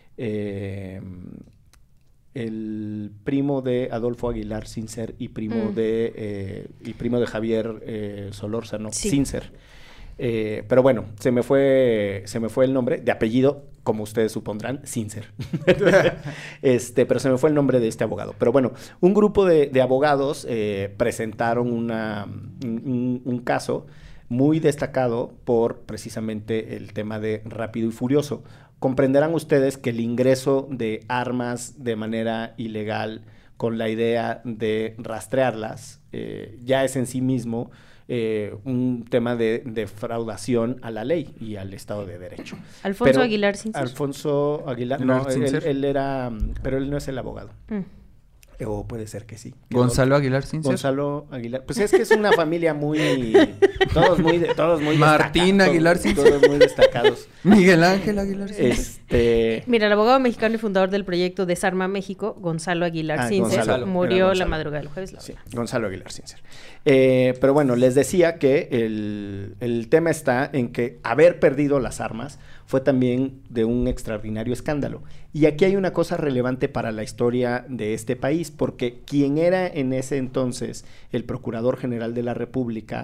el primo de Adolfo Aguilar Sincer y primo de Javier Solórzano, sí. Sincer. Pero bueno, se me fue el nombre, de apellido, como ustedes supondrán, Sincer. Pero se me fue el nombre de este abogado. Pero bueno, un grupo de abogados presentaron un caso muy destacado por precisamente el tema de Rápido y Furioso. Comprenderán ustedes que el ingreso de armas de manera ilegal con la idea de rastrearlas ya es en sí mismo un tema de defraudación a la ley y al Estado de Derecho.
Alfonso Aguilar Sincer.
Alfonso Aguilar, no, él era, pero él no es el abogado. O puede ser que sí.
Gonzalo Aguilar Sincer.
Gonzalo Aguilar. Pues es que es una familia todos muy
Martín Aguilar Sincer.
Todos muy destacados.
Miguel Ángel Aguilar Sincer.
Mira, el abogado mexicano y fundador del proyecto Desarma México, Gonzalo Aguilar Sincer, murió la madrugada del jueves.
Sí, Gonzalo Aguilar Sincer. Pero bueno, les decía que el tema está en que haber perdido las armas fue también de un extraordinario escándalo. Y aquí hay una cosa relevante para la historia de este país, porque quien era en ese entonces el Procurador General de la República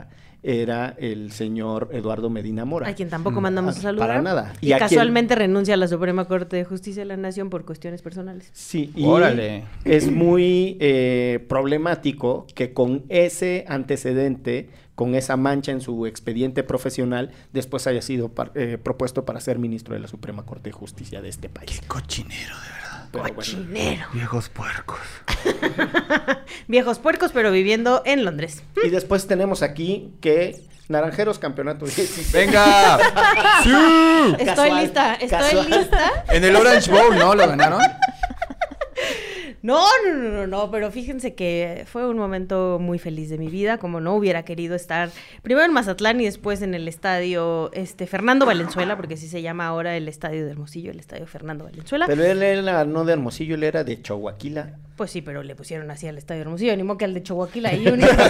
era el señor Eduardo Medina Mora.
A quien tampoco mandamos a saludar.
Para nada.
Y
a
casualmente renuncia a la Suprema Corte de Justicia de la Nación por cuestiones personales.
Sí, y
Órale.
es muy problemático que con ese antecedente, con esa mancha en su expediente profesional, después haya sido propuesto para ser ministro de la Suprema Corte de Justicia de este país.
Qué cochinero, de verdad.
Pero bueno.
Cochinero.
Viejos puercos.
Viejos puercos, pero viviendo en Londres.
Y después tenemos aquí que Naranjeros campeonato 16.
¡Venga! ¡Sí!
Estoy
Casual,
lista, estoy
casual.
lista.
En el Orange Bowl, ¿no? ¿Lo ganaron?
No, pero fíjense que fue un momento muy feliz de mi vida, como no hubiera querido estar primero en Mazatlán y después en el estadio Fernando Valenzuela, porque así se llama ahora el estadio de Hermosillo, el estadio Fernando Valenzuela.
Pero él era no de Hermosillo, él era de Chihuahua.
Pues sí, pero le pusieron así al estadio de Hermosillo, ni modo que al de Chihuahua ahí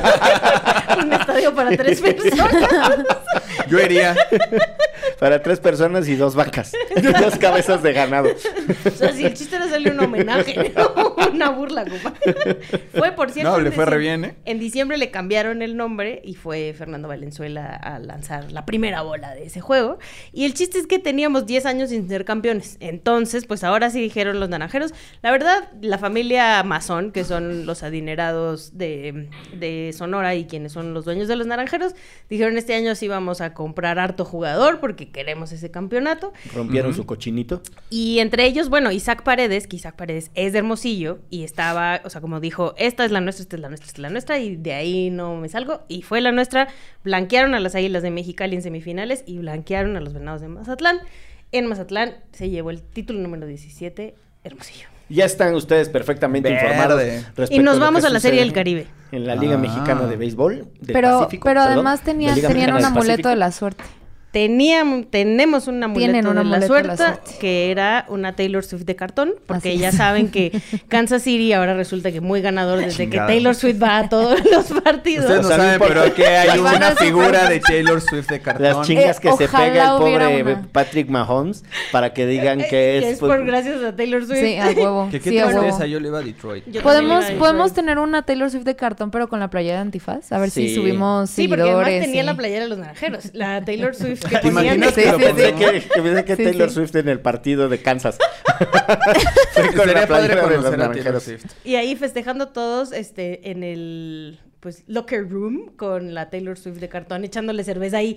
un estadio para 3 personas.
Yo iría.
Para 3 personas y 2 vacas. 2 cabezas de ganado.
O sea, si el chiste era hacerle un homenaje, ¿no? Una burla, compadre. Fue, por cierto...
No, le fue re bien, ¿eh?
En diciembre le cambiaron el nombre y fue Fernando Valenzuela a lanzar la primera bola de ese juego. Y el chiste es que teníamos 10 años sin ser campeones. Entonces, pues ahora sí dijeron los naranjeros. La verdad, la familia Mazón, que son los adinerados de Sonora y quienes son los dueños de los naranjeros, dijeron este año sí vamos a comprar harto jugador porque queremos ese campeonato.
Rompieron su cochinito.
Y entre ellos, bueno, Isaac Paredes, que Isaac Paredes es de Hermosillo y estaba, o sea, como dijo, esta es la nuestra, esta es la nuestra, esta es la nuestra, y de ahí no me salgo. Y fue la nuestra. Blanquearon a las Águilas de Mexicali en semifinales y blanquearon a los Venados de Mazatlán. En Mazatlán se llevó el título número 17, Hermosillo.
Ya están ustedes perfectamente
Verde.
informados. Respecto
Y nos
lo
vamos
que
a la Serie
sucede
del Caribe.
En la Liga Mexicana de Béisbol del
Pero
Pacífico, perdón,
además
la Liga
tenían
Mexicana
un
del
amuleto
Pacífico.
de la suerte.
Tenemos un amuleto,
Tienen un
de,
amuleto
la
de la
suerte,
suerte.
que era una Taylor Swift de cartón, porque
Así
ya
es.
saben que Kansas City ahora resulta que muy ganador desde que
Chingada.
Taylor Swift va a todos los partidos.
Ustedes no
O sea, no
saben,
importa.
pero que hay
Van
una
a
figura
super-
de Taylor Swift de cartón.
Las chingas que se
ojalá
pega el
hubiera
pobre
una.
Patrick Mahomes para que digan que
Que
es...
es por gracias a Taylor Swift.
Sí, a huevo.
Que qué
Sí, a huevo.
tristeza, yo le iba a Detroit.
Yo también
¿Podemos,
iba a
podemos
Detroit.
tener una Taylor Swift de cartón, pero con la playera de antifaz? A ver
Sí.
si subimos
Sí, porque
seguidores.
además tenía
y-
la playera de los naranjeros. La Taylor Swift que
¿Te
ponían.
imaginas
Sí,
que lo
sí,
Pensé
ponemos?
que
Sí,
Taylor
sí.
Swift en el partido de Kansas. Fue con
Sería
la
padre
playera de los
conocer a Taylor
naranjeros.
Swift.
Y ahí festejando todos en el pues locker room con la Taylor Swift de cartón, echándole cerveza ahí.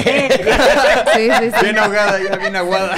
Sí, sí, sí.
Bien ahogada, ya bien aguada.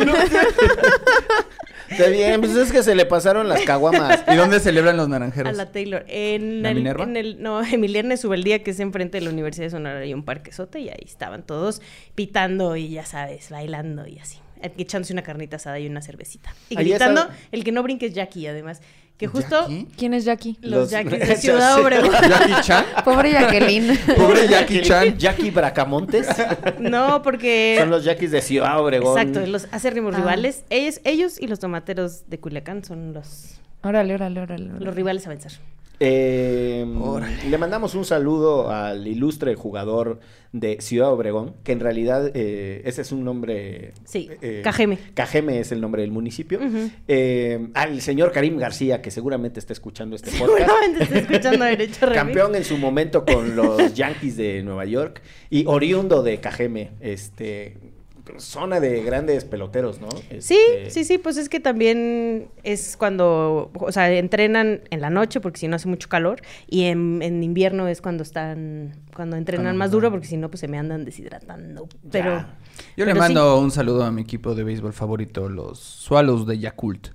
Está bien, pues es que se le pasaron las caguamas.
¿Y dónde celebran los
A
naranjeros?
la Taylor.
¿La Minerva?
No, Emiliano Subeldía, que es enfrente de la Universidad de Sonora, hay un parquezote y ahí estaban todos pitando y ya sabes, bailando y así. Echándose una carnita asada y una cervecita. Y
Ahí
gritando,
está.
el que no brinque es Jackie, además. Que justo
¿Jackie?
¿Quién es Jackie?
los
Los-
Jackies de
Ya
Ciudad
sé.
Obregón.
Jackie Chan.
Pobre Jacqueline.
Pobre Jackie Chan.
Jackie Bracamontes.
No, porque...
Son los Jackies de Ciudad Obregón.
Exacto, los acérrimos
Ah.
rivales. Ellos y los tomateros de Culiacán son los
Órale.
rivales a vencer.
Órale.
Le mandamos un saludo al ilustre jugador de Ciudad Obregón, que en realidad ese es un nombre...
Sí, Cajeme.
Cajeme es el nombre del municipio.
Ujú.
Al señor Karim García, que seguramente está escuchando este podcast.
Seguramente está escuchando Derecho Remix.
Campeón en su momento con los Yankees de Nueva York y oriundo de Cajeme, zona de grandes peloteros, ¿no?
Sí, pues es que también es cuando, o sea, entrenan en la noche porque si no hace mucho calor y en invierno es cuando entrenan más duro porque si no pues se me andan deshidratando. Pero
Ya.
Yo le
pero
mando un saludo a mi equipo de béisbol favorito, los Swallows de Yakult.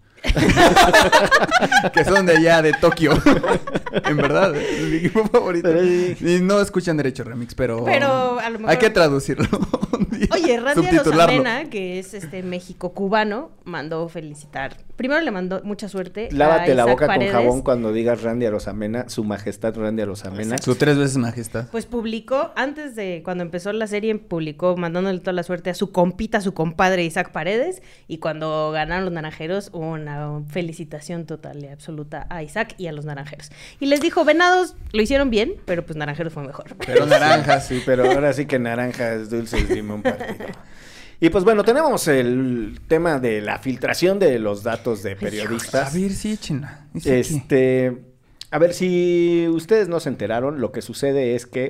Que son de allá, de Tokio. En verdad, es mi equipo favorito.
Pero sí.
Y no escuchan Derecho Remix, pero
a lo mejor...
hay que traducirlo un día.
Oye, Randy
Subtitularlo.
Arosamena, que es México-cubano, mandó felicitar. Primero le mandó mucha suerte.
Lávate
a
la
Isaac
boca
Paredes.
con jabón cuando digas Randy Arosamena, su majestad Randy Arosamena.
Su 3 veces majestad.
Pues publicó, antes de cuando empezó la serie, publicó mandándole toda la suerte a su compita, a su compadre Isaac Paredes. Y cuando ganaron los naranjeros, hubo una felicitación total y absoluta a Isaac y a los naranjeros. Y les dijo, Venados lo hicieron bien, pero pues naranjeros fue mejor.
Pero naranjas,
Sí, pero ahora sí que naranjas dulces, dime un partido. Y pues bueno, tenemos el tema de la filtración de los datos de
A
periodistas.
ver, sí, échenla. Dice aquí.
A ver, si ustedes no se enteraron, lo que sucede es que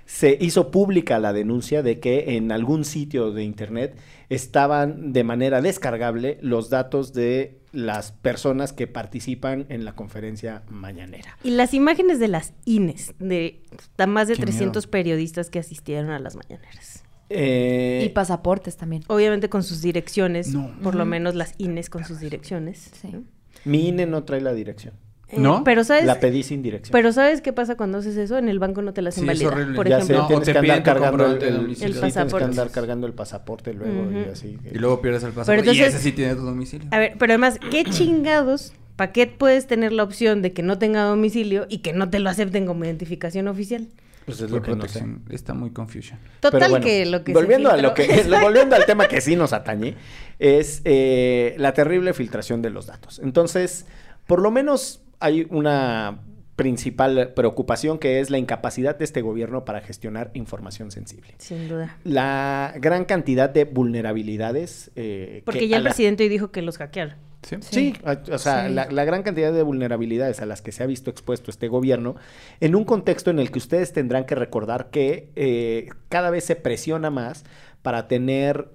se hizo pública la denuncia de que en algún sitio de internet estaban de manera descargable los datos de las personas que participan en la conferencia mañanera.
Y las imágenes de las INES, de más de
Qué
300
miedo.
periodistas que asistieron a las mañaneras.
Y pasaportes también.
Obviamente con sus direcciones,
No.
por lo menos las INES con sus direcciones.
Sí.
¿no?
Mi INE no trae la dirección.
¿No?
Pero ¿sabes?
La pedí sin dirección.
Pero ¿sabes qué pasa cuando haces eso? En el banco no te las
Sí, es
invalida,
horrible.
por
Ya
ejemplo.
sé,
No,
tienes
o te
que andar
piden tu
cargando
comprobante de domicilio.
sí,
El
tienes que
pasaporte.
andar cargando el pasaporte luego y
Ujú.
así.
Y luego pierdes el pasaporte.
Pero
Y
entonces-
ese sí tiene tu domicilio.
A ver, pero además, ¿qué chingados? ¿Para qué puedes tener la opción de que no tenga domicilio y que no te lo acepten como identificación oficial?
Pues es
Por
lo que no sé.
protección. Está muy confusion.
Total
Pero bueno,
que lo que
volviendo
se
a lo que
filtró-
volviendo al tema que sí nos atañe es la terrible filtración de los datos. Entonces, por lo menos hay una principal preocupación que es la incapacidad de este gobierno para gestionar información sensible.
Sin duda.
La gran cantidad de vulnerabilidades
Porque
que
ya
a
el
la-
presidente hoy dijo que los hackearon.
¿Sí?
Sí, o sea,
Sí.
la gran cantidad de vulnerabilidades a las que se ha visto expuesto este gobierno, en un contexto en el que ustedes tendrán que recordar que cada vez se presiona más para tener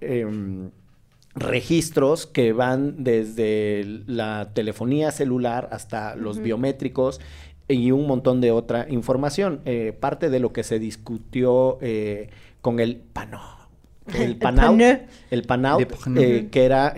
registros que van desde la telefonía celular hasta los biométricos y un montón de otra información. Parte de lo que se discutió con el
El
PANAUT,
PANE.
el PANAUT,
De PANE.
que era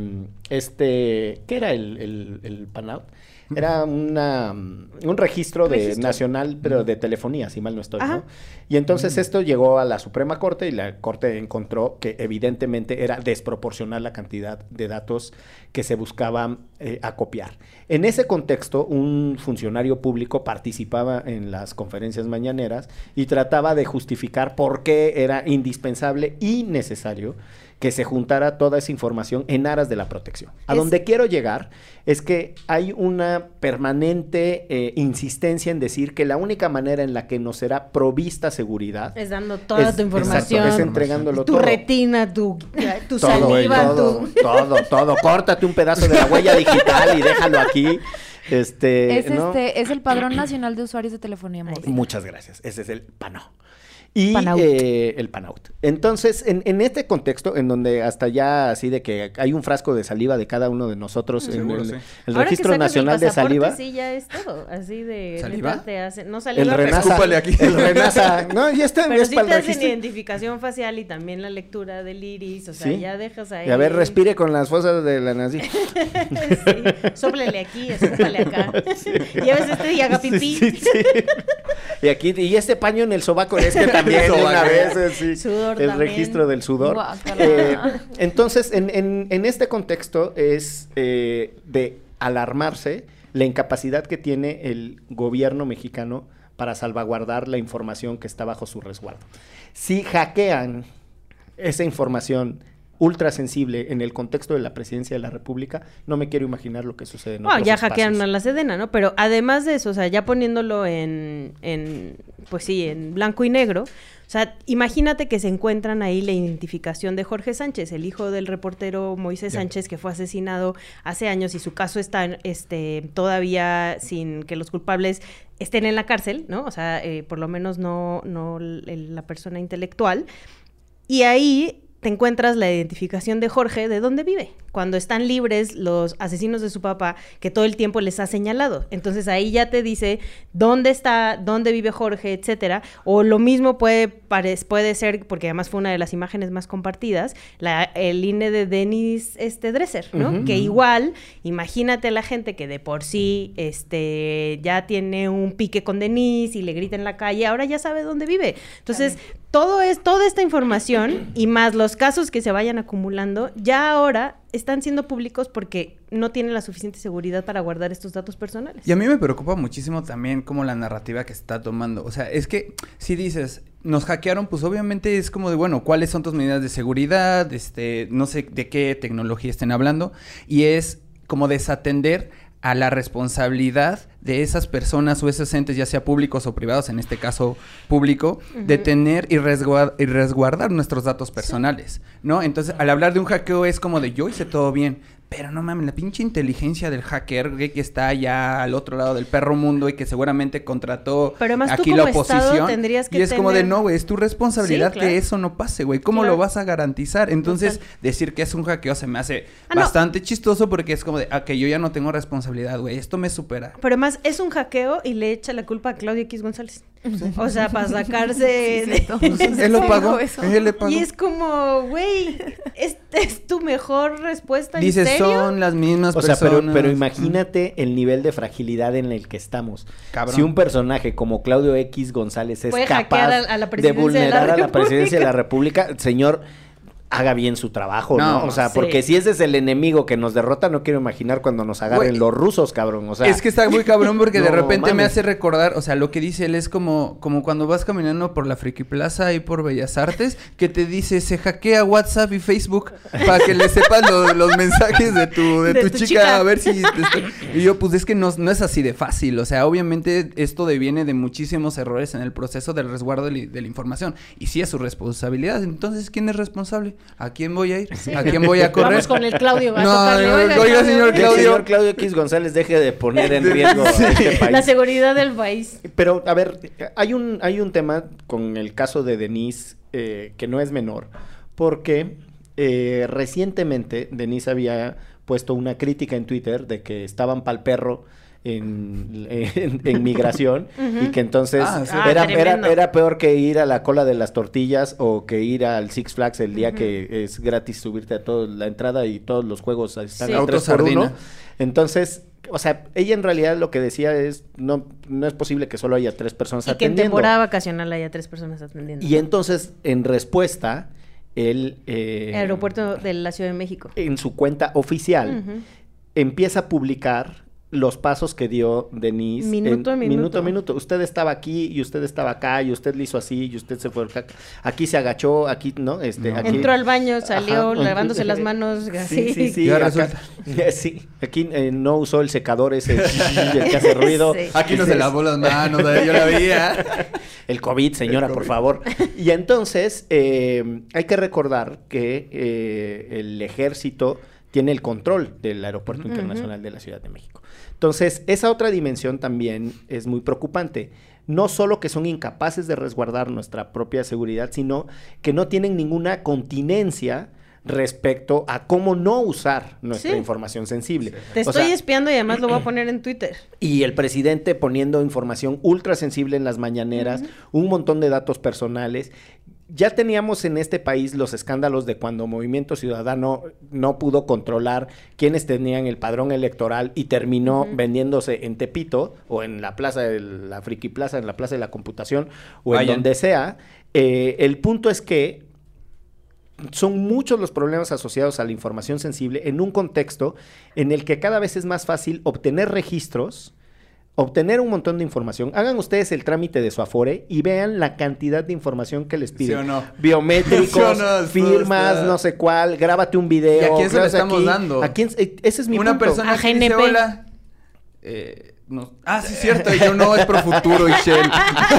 ¿qué era el PANAUT? Era un registro nacional, pero de telefonía, si mal no estoy,
Ajá.
¿no? Y entonces esto llegó a la Suprema Corte y la Corte encontró que evidentemente era desproporcional la cantidad de datos que se buscaban acopiar. En ese contexto, un funcionario público participaba en las conferencias mañaneras y trataba de justificar por qué era indispensable y necesario que se juntara toda esa información en aras de la protección. A donde quiero llegar es que hay una permanente insistencia en decir que la única manera en la que nos será provista seguridad
Es dando toda
es-
tu información.
exacto, es entregándolo
tu
todo.
retina, tu
Todo,
saliva,
todo. Córtate un pedazo de la huella digital y déjalo aquí.
Es
¿no?
es el Padrón Nacional de Usuarios de Telefonía Móvil.
Muchas gracias. Ese es el PANO. Y
PANAUT.
el PANAUT. Entonces, en este contexto, en donde hasta ya así de que hay un frasco de saliva de cada uno de nosotros en
Seguro,
el,
sí.
el
Ahora que
Registro
sacas el
Nacional de
pasaporte,
Saliva,
Sí, ya es todo. Así de.
¿Saliva?
neta, te hacen, no
el
saliva, pero,
Renasa,
Escúpale aquí.
el Renasa, no, ya está,
pero
es
sí
para
te
el
hacen
registro.
identificación facial y también la lectura del iris. O sea,
Sí.
ya dejas ahí.
Y a ver, respire con las fosas de la nariz.
Sí, sóplele aquí, escúpale acá. Lleves este y haga pipí.
Sí, sí. Y aquí, y este paño en el sobaco, es que también de una vez, sí,
Sudor
el
también.
registro del sudor.
Guácala.
Entonces, en este contexto es de alarmarse la incapacidad que tiene el gobierno mexicano para salvaguardar la información que está bajo su resguardo. Si hackean esa información ultra sensible en el contexto de la presidencia de la República, no me quiero imaginar lo que sucede en
Bueno,
otros
ya
espacios.
hackearon a la Sedena, ¿no? Pero además de eso, o sea, ya poniéndolo pues sí, en blanco y negro, o sea, imagínate que se encuentran ahí la identificación de Jorge Sánchez, el hijo del reportero Moisés Sánchez, que fue asesinado hace años y su caso está todavía sin que los culpables estén en la cárcel, ¿no? O sea, por lo menos no la persona intelectual. Y ahí te encuentras la identificación de Jorge de dónde vive, cuando están libres los asesinos de su papá, que todo el tiempo les ha señalado. Entonces ahí ya te dice dónde está, dónde vive Jorge, etcétera. O lo mismo puede ser, porque además fue una de las imágenes más compartidas, el INE de Denis Dresser, ¿no?
Ujú.
Que igual, imagínate a la gente que de por sí ya tiene un pique con Denis y le grita en la calle, ahora ya sabe dónde vive. Entonces, toda esta información y más los casos que se vayan acumulando, ya ahora están siendo públicos porque no tienen la suficiente seguridad para guardar estos datos personales.
Y a mí me preocupa muchísimo también como la narrativa que se está tomando. O sea, es que si dices, nos hackearon, pues obviamente es como de, bueno, ¿cuáles son tus medidas de seguridad? No sé de qué tecnología estén hablando. Y es como desatender a la responsabilidad de esas personas o esos entes, ya sea públicos o privados, en este caso público, de tener y resguardar nuestros datos personales, ¿no? Entonces, al hablar de un hackeo es como de yo hice todo bien, Pero no mames, la pinche inteligencia del hacker, güey, que está allá al otro lado del perro mundo y que seguramente contrató
Pero además tú
aquí
como
la oposición.
Estado tendrías que
y es como de,
tener-
no, güey, es tu responsabilidad
Sí, claro.
que eso no pase, güey. ¿Cómo
Claro.
lo vas a garantizar? Entonces,
Total.
decir que es un hackeo se me hace
Ah, no.
bastante chistoso porque es como de, que yo ya no tengo responsabilidad, güey. Esto me supera.
Pero además es un hackeo y le echa la culpa a Claudio X González. O sea, para sacarse de...
Él lo pagó,
eso.
él le pagó.
Y es como, güey, ¿es tu mejor respuesta? ¿En
Dice,
serio?
son las mismas
O sea,
personas.
pero imagínate el nivel de fragilidad en el que estamos.
Cabrón.
Si un personaje como Claudio X González es
Puede
capaz
hackear a la
de
presidencia de la
vulnerar a la presidencia de la
República.
República, señor, haga bien su trabajo, ¿no?
No,
O sea,
sí.
porque si ese es el enemigo que nos derrota, no quiero imaginar cuando nos agarren
Güey,
los rusos, cabrón. O sea,
es que está muy cabrón porque de
no
repente me
mames.
hace recordar, o sea, lo que dice él es como cuando vas caminando por la Friki Plaza y por Bellas Artes, que te dice, se hackea WhatsApp y Facebook para que le sepas los mensajes de tu chica, a ver si... Y yo, pues es que no es así de fácil, o sea, obviamente esto deviene de muchísimos errores en el proceso del resguardo de la información, y sí es su responsabilidad. Entonces, ¿quién es responsable? ¿A quién voy a ir?
Sí.
¿A quién voy a correr?
Vamos con el Claudio. a
No,
tocarle.
no, oiga, señor
que el
Claudio.
señor Claudio X González deje de poner en riesgo a este país.
La seguridad del país.
Pero, a ver, hay un tema con el caso de Denise que no es menor, porque recientemente Denise había puesto una crítica en Twitter de que estaban pa'l perro en migración y que entonces
Ah, sí.
Tremendo.
era peor que ir a la cola de las tortillas o que ir al Six Flags el día que es gratis subirte a toda la entrada y todos los juegos están
Sí.
a 3 por
Autosardina.
1. Entonces, o sea, ella en realidad lo que decía es, no es posible que solo haya 3 personas
Y que en
atendiendo.
temporada vacacional haya 3 personas atendiendo.
Y entonces, en respuesta, él...
El aeropuerto de la Ciudad de México.
En su cuenta oficial,
Ujú.
empieza a publicar los pasos que dio Denise.
Minuto a minuto.
Minuto a minuto. Usted estaba aquí y usted estaba acá y usted le hizo así y usted se fue acá. Aquí se agachó, aquí, ¿no?
No.
Aquí...
Entró al baño, salió
Ajá.
lavándose las manos. Así.
Sí.
Ya
acá-
resulta.
sí. Aquí no usó el secador ese el que hace ruido.
Sí.
Aquí no se lavó las manos, yo la veía.
El COVID, señora,
El
por
COVID.
favor. Y entonces, hay que recordar que el ejército tiene el control del Aeropuerto Internacional de la Ciudad de México. Entonces, esa otra dimensión también es muy preocupante. No solo que son incapaces de resguardar nuestra propia seguridad, sino que no tienen ninguna continencia respecto a cómo no usar nuestra
Sí.
información sensible.
Te
O
estoy
sea,
espiando y además lo voy a poner en Twitter.
y el presidente poniendo información ultra sensible en las mañaneras, un montón de datos personales. Ya teníamos en este país los escándalos de cuando Movimiento Ciudadano no pudo controlar quiénes tenían el padrón electoral y terminó vendiéndose en Tepito o en la plaza de la Friki Plaza, en la Plaza de la Computación o en
Vayan.
donde sea. El punto es que son muchos los problemas asociados a la información sensible en un contexto en el que cada vez es más fácil obtener registros, obtener un montón de información. Hagan ustedes el trámite de su Afore y vean la cantidad de información que les piden.
¿Sí o no?
Biométricos,
¿Sí o no?
firmas,
Está-
no sé cuál, grábate un video.
¿Y a quién se lo
grábate
estamos
aquí.
dando?
¿A quién? Ese es mi
Una
punto.
persona
A
que dice,
GNP.
hola. Sí, cierto, y yo no, es pro futuro, Ishel.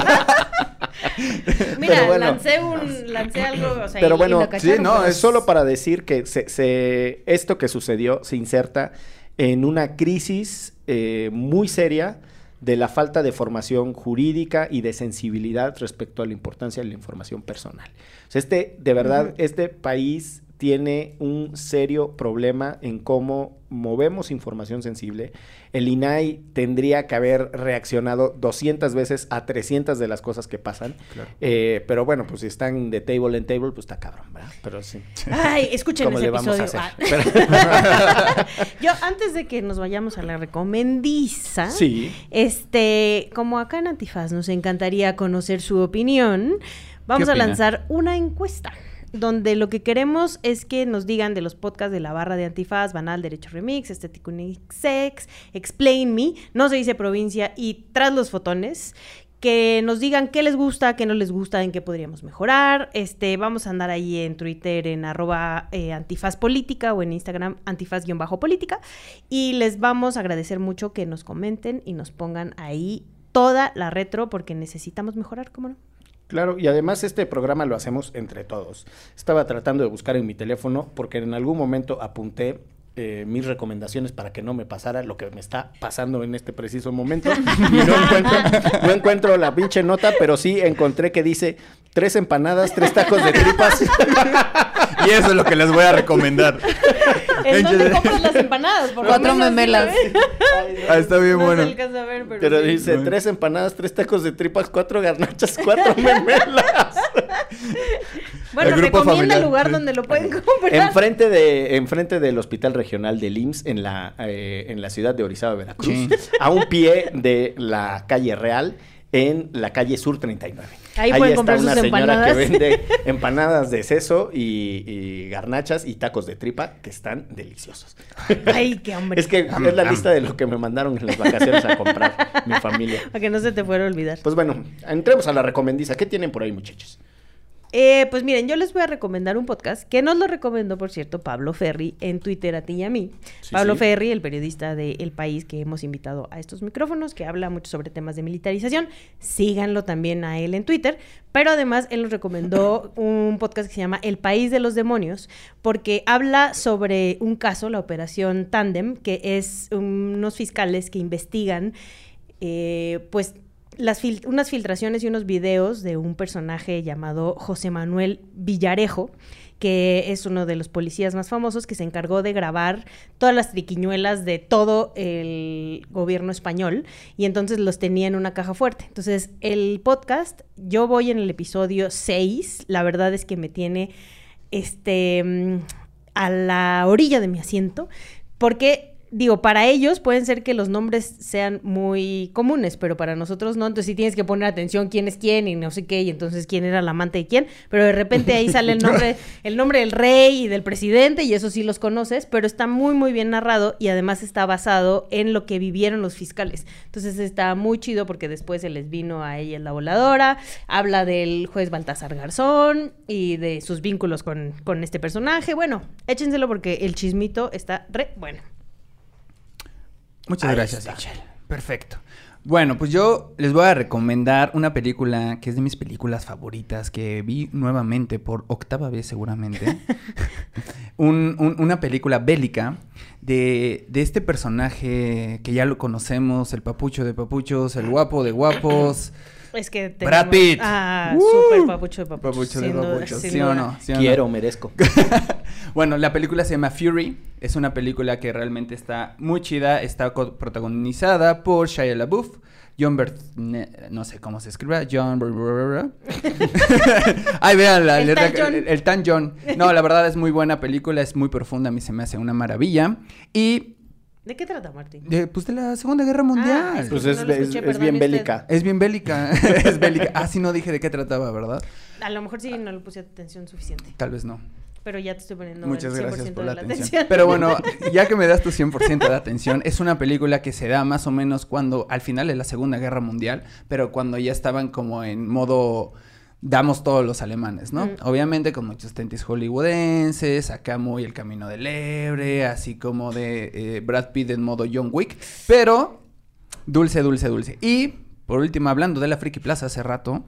Mira,
Pero bueno.
lancé algo, o sea,
Pero
y
bueno,
lo cacharon,
sí, no,
pero-
es solo para decir que esto que sucedió se inserta en una crisis muy seria de la falta de formación jurídica y de sensibilidad respecto a la importancia de la información personal. O sea, de verdad, este país tiene un serio problema en cómo movemos información sensible. El INAI tendría que haber reaccionado 200 veces a 300 de las cosas que pasan.
Claro.
Pero bueno, pues si están de table en table, pues está cabrón, ¿verdad? Pero sí.
Ay, escuchen
¿Cómo
ese
le vamos a
episodio.
hacer?
Ah. Yo, antes de que nos vayamos a la recomendiza,
Sí.
Como acá en Antifaz nos encantaría conocer su opinión, vamos a
opina?
lanzar una encuesta donde lo que queremos es que nos digan de los podcasts de la barra de Antifaz, Banal, Derecho Remix, Estético Unisex, Explain Me, No se dice provincia y Tras los fotones, que nos digan qué les gusta, qué no les gusta, en qué podríamos mejorar. Vamos a andar ahí en Twitter en @antifazpolítica o en Instagram antifaz-política y les vamos a agradecer mucho que nos comenten y nos pongan ahí toda la retro porque necesitamos mejorar, ¿cómo no?
Claro, y además este programa lo hacemos entre todos. Estaba tratando de buscar en mi teléfono porque en algún momento apunté mis recomendaciones para que no me pasara lo que me está pasando en este preciso momento. Y no encuentro la pinche nota, pero sí encontré que dice 3 empanadas, 3 tacos de tripas.
Y eso es lo que les voy a recomendar.
¿En dónde compras las empanadas? Por
4 memelas.
Ah, está bien
no
bueno.
se alcanza a ver,
Pero
sí.
dice 3 empanadas, 3 tacos de tripas, 4 garnachas, 4 memelas.
Bueno,
El grupo
recomienda
familiar,
el lugar
sí.
donde lo pueden comprar.
Enfrente del Hospital Regional del IMSS en la ciudad de Orizaba, Veracruz,
Sí.
a un pie de la calle Real, en la calle Sur 39.
Ahí pueden
está
comprar sus
una señora
empanadas.
que vende empanadas de seso y garnachas y tacos de tripa que están deliciosos.
Ay, qué hambre.
Es que es la lista de lo que me mandaron en las vacaciones a comprar mi familia.
Para que no se te fuera a olvidar.
Pues bueno, entremos a la recomendiza. ¿Qué tienen por ahí, muchachos?
Pues miren, yo les voy a recomendar un podcast que nos lo recomendó, por cierto, Pablo Ferri en Twitter a ti y a mí.
Sí,
Pablo
sí.
Ferri, el periodista de El País que hemos invitado a estos micrófonos, que habla mucho sobre temas de militarización. Síganlo también a él en Twitter. Pero además él nos recomendó un podcast que se llama El País de los Demonios, porque habla sobre un caso, la operación Tándem, que es unos fiscales que investigan, pues, unas filtraciones y unos videos de un personaje llamado José Manuel Villarejo, que es uno de los policías más famosos, que se encargó de grabar todas las triquiñuelas de todo el gobierno español, y entonces los tenía en una caja fuerte. Entonces, el podcast, yo voy en el episodio 6, la verdad es que me tiene a la orilla de mi asiento, porque digo, para ellos pueden ser que los nombres sean muy comunes, pero para nosotros no. Entonces sí tienes que poner atención quién es quién y no sé qué, y entonces quién era el amante de quién, pero de repente ahí sale el nombre del rey y del presidente, y eso sí los conoces, pero está muy, muy bien narrado, y además está basado en lo que vivieron los fiscales. Entonces está muy chido, porque después se les vino a ella la voladora, habla del juez Baltasar Garzón y de sus vínculos con este personaje. Bueno, échenselo porque el chismito está re bueno.
Muchas
Ahí
gracias,
está.
Michelle. Perfecto. Bueno, pues yo les voy a recomendar una película que es de mis películas favoritas, que vi nuevamente por 8ª vez seguramente. Una película bélica de este personaje que ya lo conocemos, el papucho de papuchos, el guapo de guapos.
Es que
Brad Pitt.
Súper papucho de papuchos.
Papucho de
sin duda,
papuchos,
sin
¿sí o
duda.
no? ¿Sí o no?
Quiero, merezco.
Bueno, la película se llama Fury. Es una película que realmente está muy chida. Está protagonizada por Shia LaBeouf, no sé cómo se escribe, Ay, véanla. El Tan John. No, la verdad es muy buena película, es muy profunda, a mí se me hace una maravilla. Y
¿De qué trata, Martín?
pues de la Segunda Guerra Mundial.
Pues
no lo escuché,
es
perdone
bien
usted.
bélica.
Es bien bélica, es bélica. Ah, sí, no dije de qué trataba, ¿verdad?
A lo mejor sí no le puse atención suficiente,
Tal vez no.
pero ya te estoy poniendo
Muchas
el 100%
gracias por
de
la
la
atención. Pero bueno, ya que me das tu 100% de atención, es una película que se da más o menos cuando, al final de la Segunda Guerra Mundial, pero cuando ya estaban como en modo, damos todos los alemanes, ¿no? Obviamente con muchos tintes hollywoodenses, acá muy El Camino del Héroe, así como de Brad Pitt en modo John Wick, pero dulce, dulce, dulce. Y, por último, hablando de la Friki Plaza hace rato...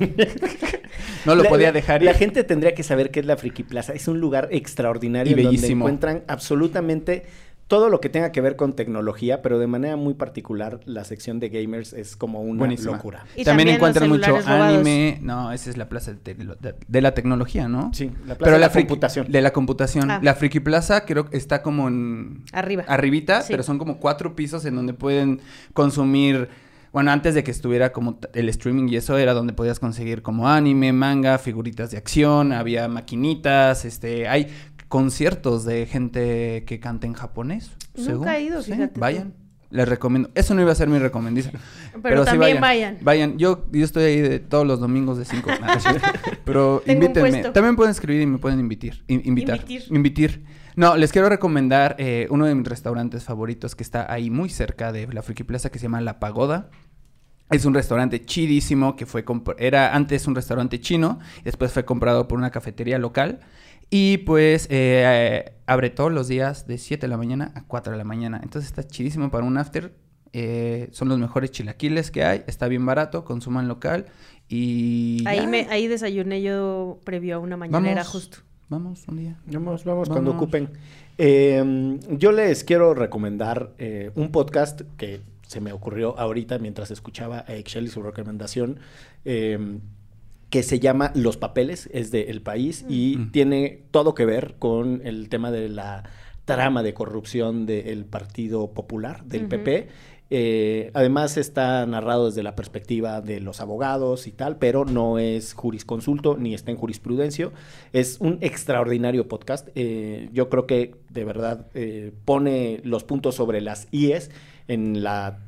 No lo podía dejar ir.
La gente tendría que saber qué es la Friki Plaza. Es un lugar extraordinario
Y bellísimo.
donde encuentran absolutamente todo lo que tenga que ver con tecnología, pero de manera muy particular la sección de gamers es como una
Buenísima.
locura.
Y
también
también
encuentran
los
mucho
celulares robados.
anime. No, esa es la plaza de la tecnología, ¿no?
Sí, la plaza
Pero
de la
Friki-
computación.
De la computación.
Ah.
La Friki Plaza creo que está como en...
Arriba.
Arribita,
Sí.
pero son como 4 pisos en donde pueden consumir... Bueno, antes de que estuviera como el streaming y eso, era donde podías conseguir como anime, manga, figuritas de acción, había maquinitas, hay conciertos de gente que canta en japonés.
Nunca he ido,
Sí,
fíjate tú.
vayan. Les recomiendo. Eso no iba a ser mi recomendiza.
Pero
sí
también vayan.
Vayan. Yo estoy ahí de todos los domingos de 5. Pero
Tengo un
invítenme.
puesto.
También pueden escribir y me pueden invitar. No, les quiero recomendar uno de mis restaurantes favoritos que está ahí muy cerca de la Friki Plaza, que se llama La Pagoda. Es un restaurante chidísimo que era antes un restaurante chino, y después fue comprado por una cafetería local. Y pues abre todos los días de 7 de la mañana a 4 de la mañana. Entonces está chidísimo para un after. Son los mejores chilaquiles que hay. Está bien barato, consuman local. Y
Ahí desayuné yo previo a una mañanera
Vamos.
justo.
Vamos un día.
Vamos cuando ocupen. Yo les quiero recomendar un podcast que se me ocurrió ahorita mientras escuchaba a Excel y su recomendación, que se llama Los Papeles, es de El País y tiene todo que ver con el tema de la trama de corrupción del Partido Popular, del PP. Además está narrado desde la perspectiva de los abogados y tal, pero no es jurisconsulto ni está en jurisprudencia. Es un extraordinario podcast. Yo creo que de verdad pone los puntos sobre las IES en la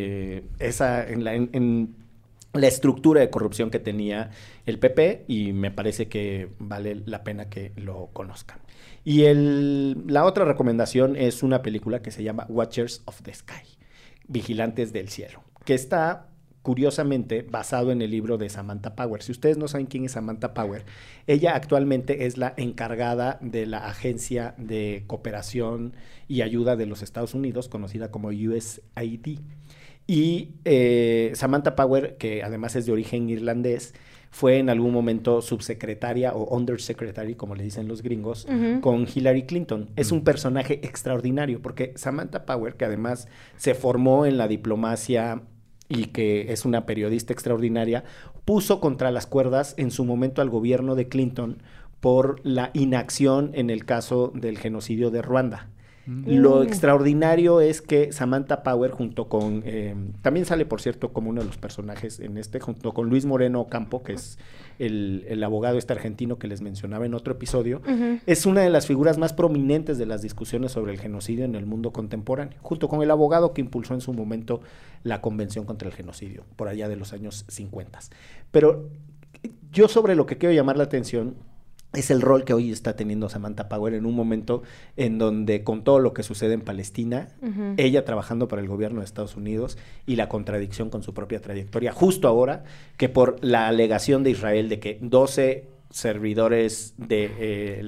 estructura de corrupción que tenía el PP y me parece que vale la pena que lo conozcan. Y la otra recomendación es una película que se llama Watchers of the Sky, Vigilantes del Cielo, que está curiosamente basado en el libro de Samantha Power. Si ustedes no saben quién es Samantha Power, ella actualmente es la encargada de la Agencia de Cooperación y Ayuda de los Estados Unidos, conocida como USAID. Y Samantha Power, que además es de origen irlandés, fue en algún momento subsecretaria o undersecretary, como le dicen los gringos, con Hillary Clinton. Es un personaje extraordinario porque Samantha Power, que además se formó en la diplomacia y que es una periodista extraordinaria, puso contra las cuerdas en su momento al gobierno de Clinton por la inacción en el caso del genocidio de Ruanda. Lo extraordinario es que Samantha Power junto con, también sale por cierto como uno de los personajes en junto con Luis Moreno Campo, que es el abogado argentino que les mencionaba en otro episodio, es una de las figuras más prominentes de las discusiones sobre el genocidio en el mundo contemporáneo, junto con el abogado que impulsó en su momento la Convención contra el Genocidio, por allá de los años 50. Pero yo sobre lo que quiero llamar la atención es el rol que hoy está teniendo Samantha Power en un momento en donde con todo lo que sucede en Palestina, ella trabajando para el gobierno de Estados Unidos y la contradicción con su propia trayectoria, justo ahora que por la alegación de Israel de que 12 servidores de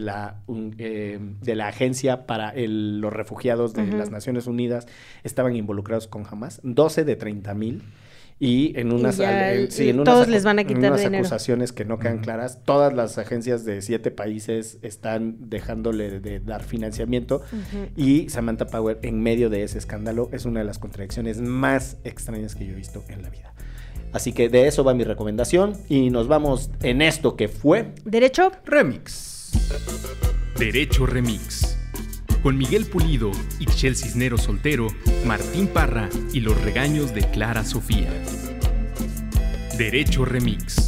la agencia para los refugiados de las Naciones Unidas estaban involucrados con Hamas, 12 de 30,000. Y en unas,
todos les van a quitar dinero.
Acusaciones que no quedan claras, todas las agencias de 7 países están dejándole de dar financiamiento y Samantha Power en medio de ese escándalo es una de las contradicciones más extrañas que yo he visto en la vida. Así que de eso va mi recomendación y nos vamos en esto que fue
Derecho
Remix.
Derecho Remix. Con Miguel Pulido, Ixchel Cisneros Soltero, Martín Parra y los regaños de Clara Sofía. Derecho Remix.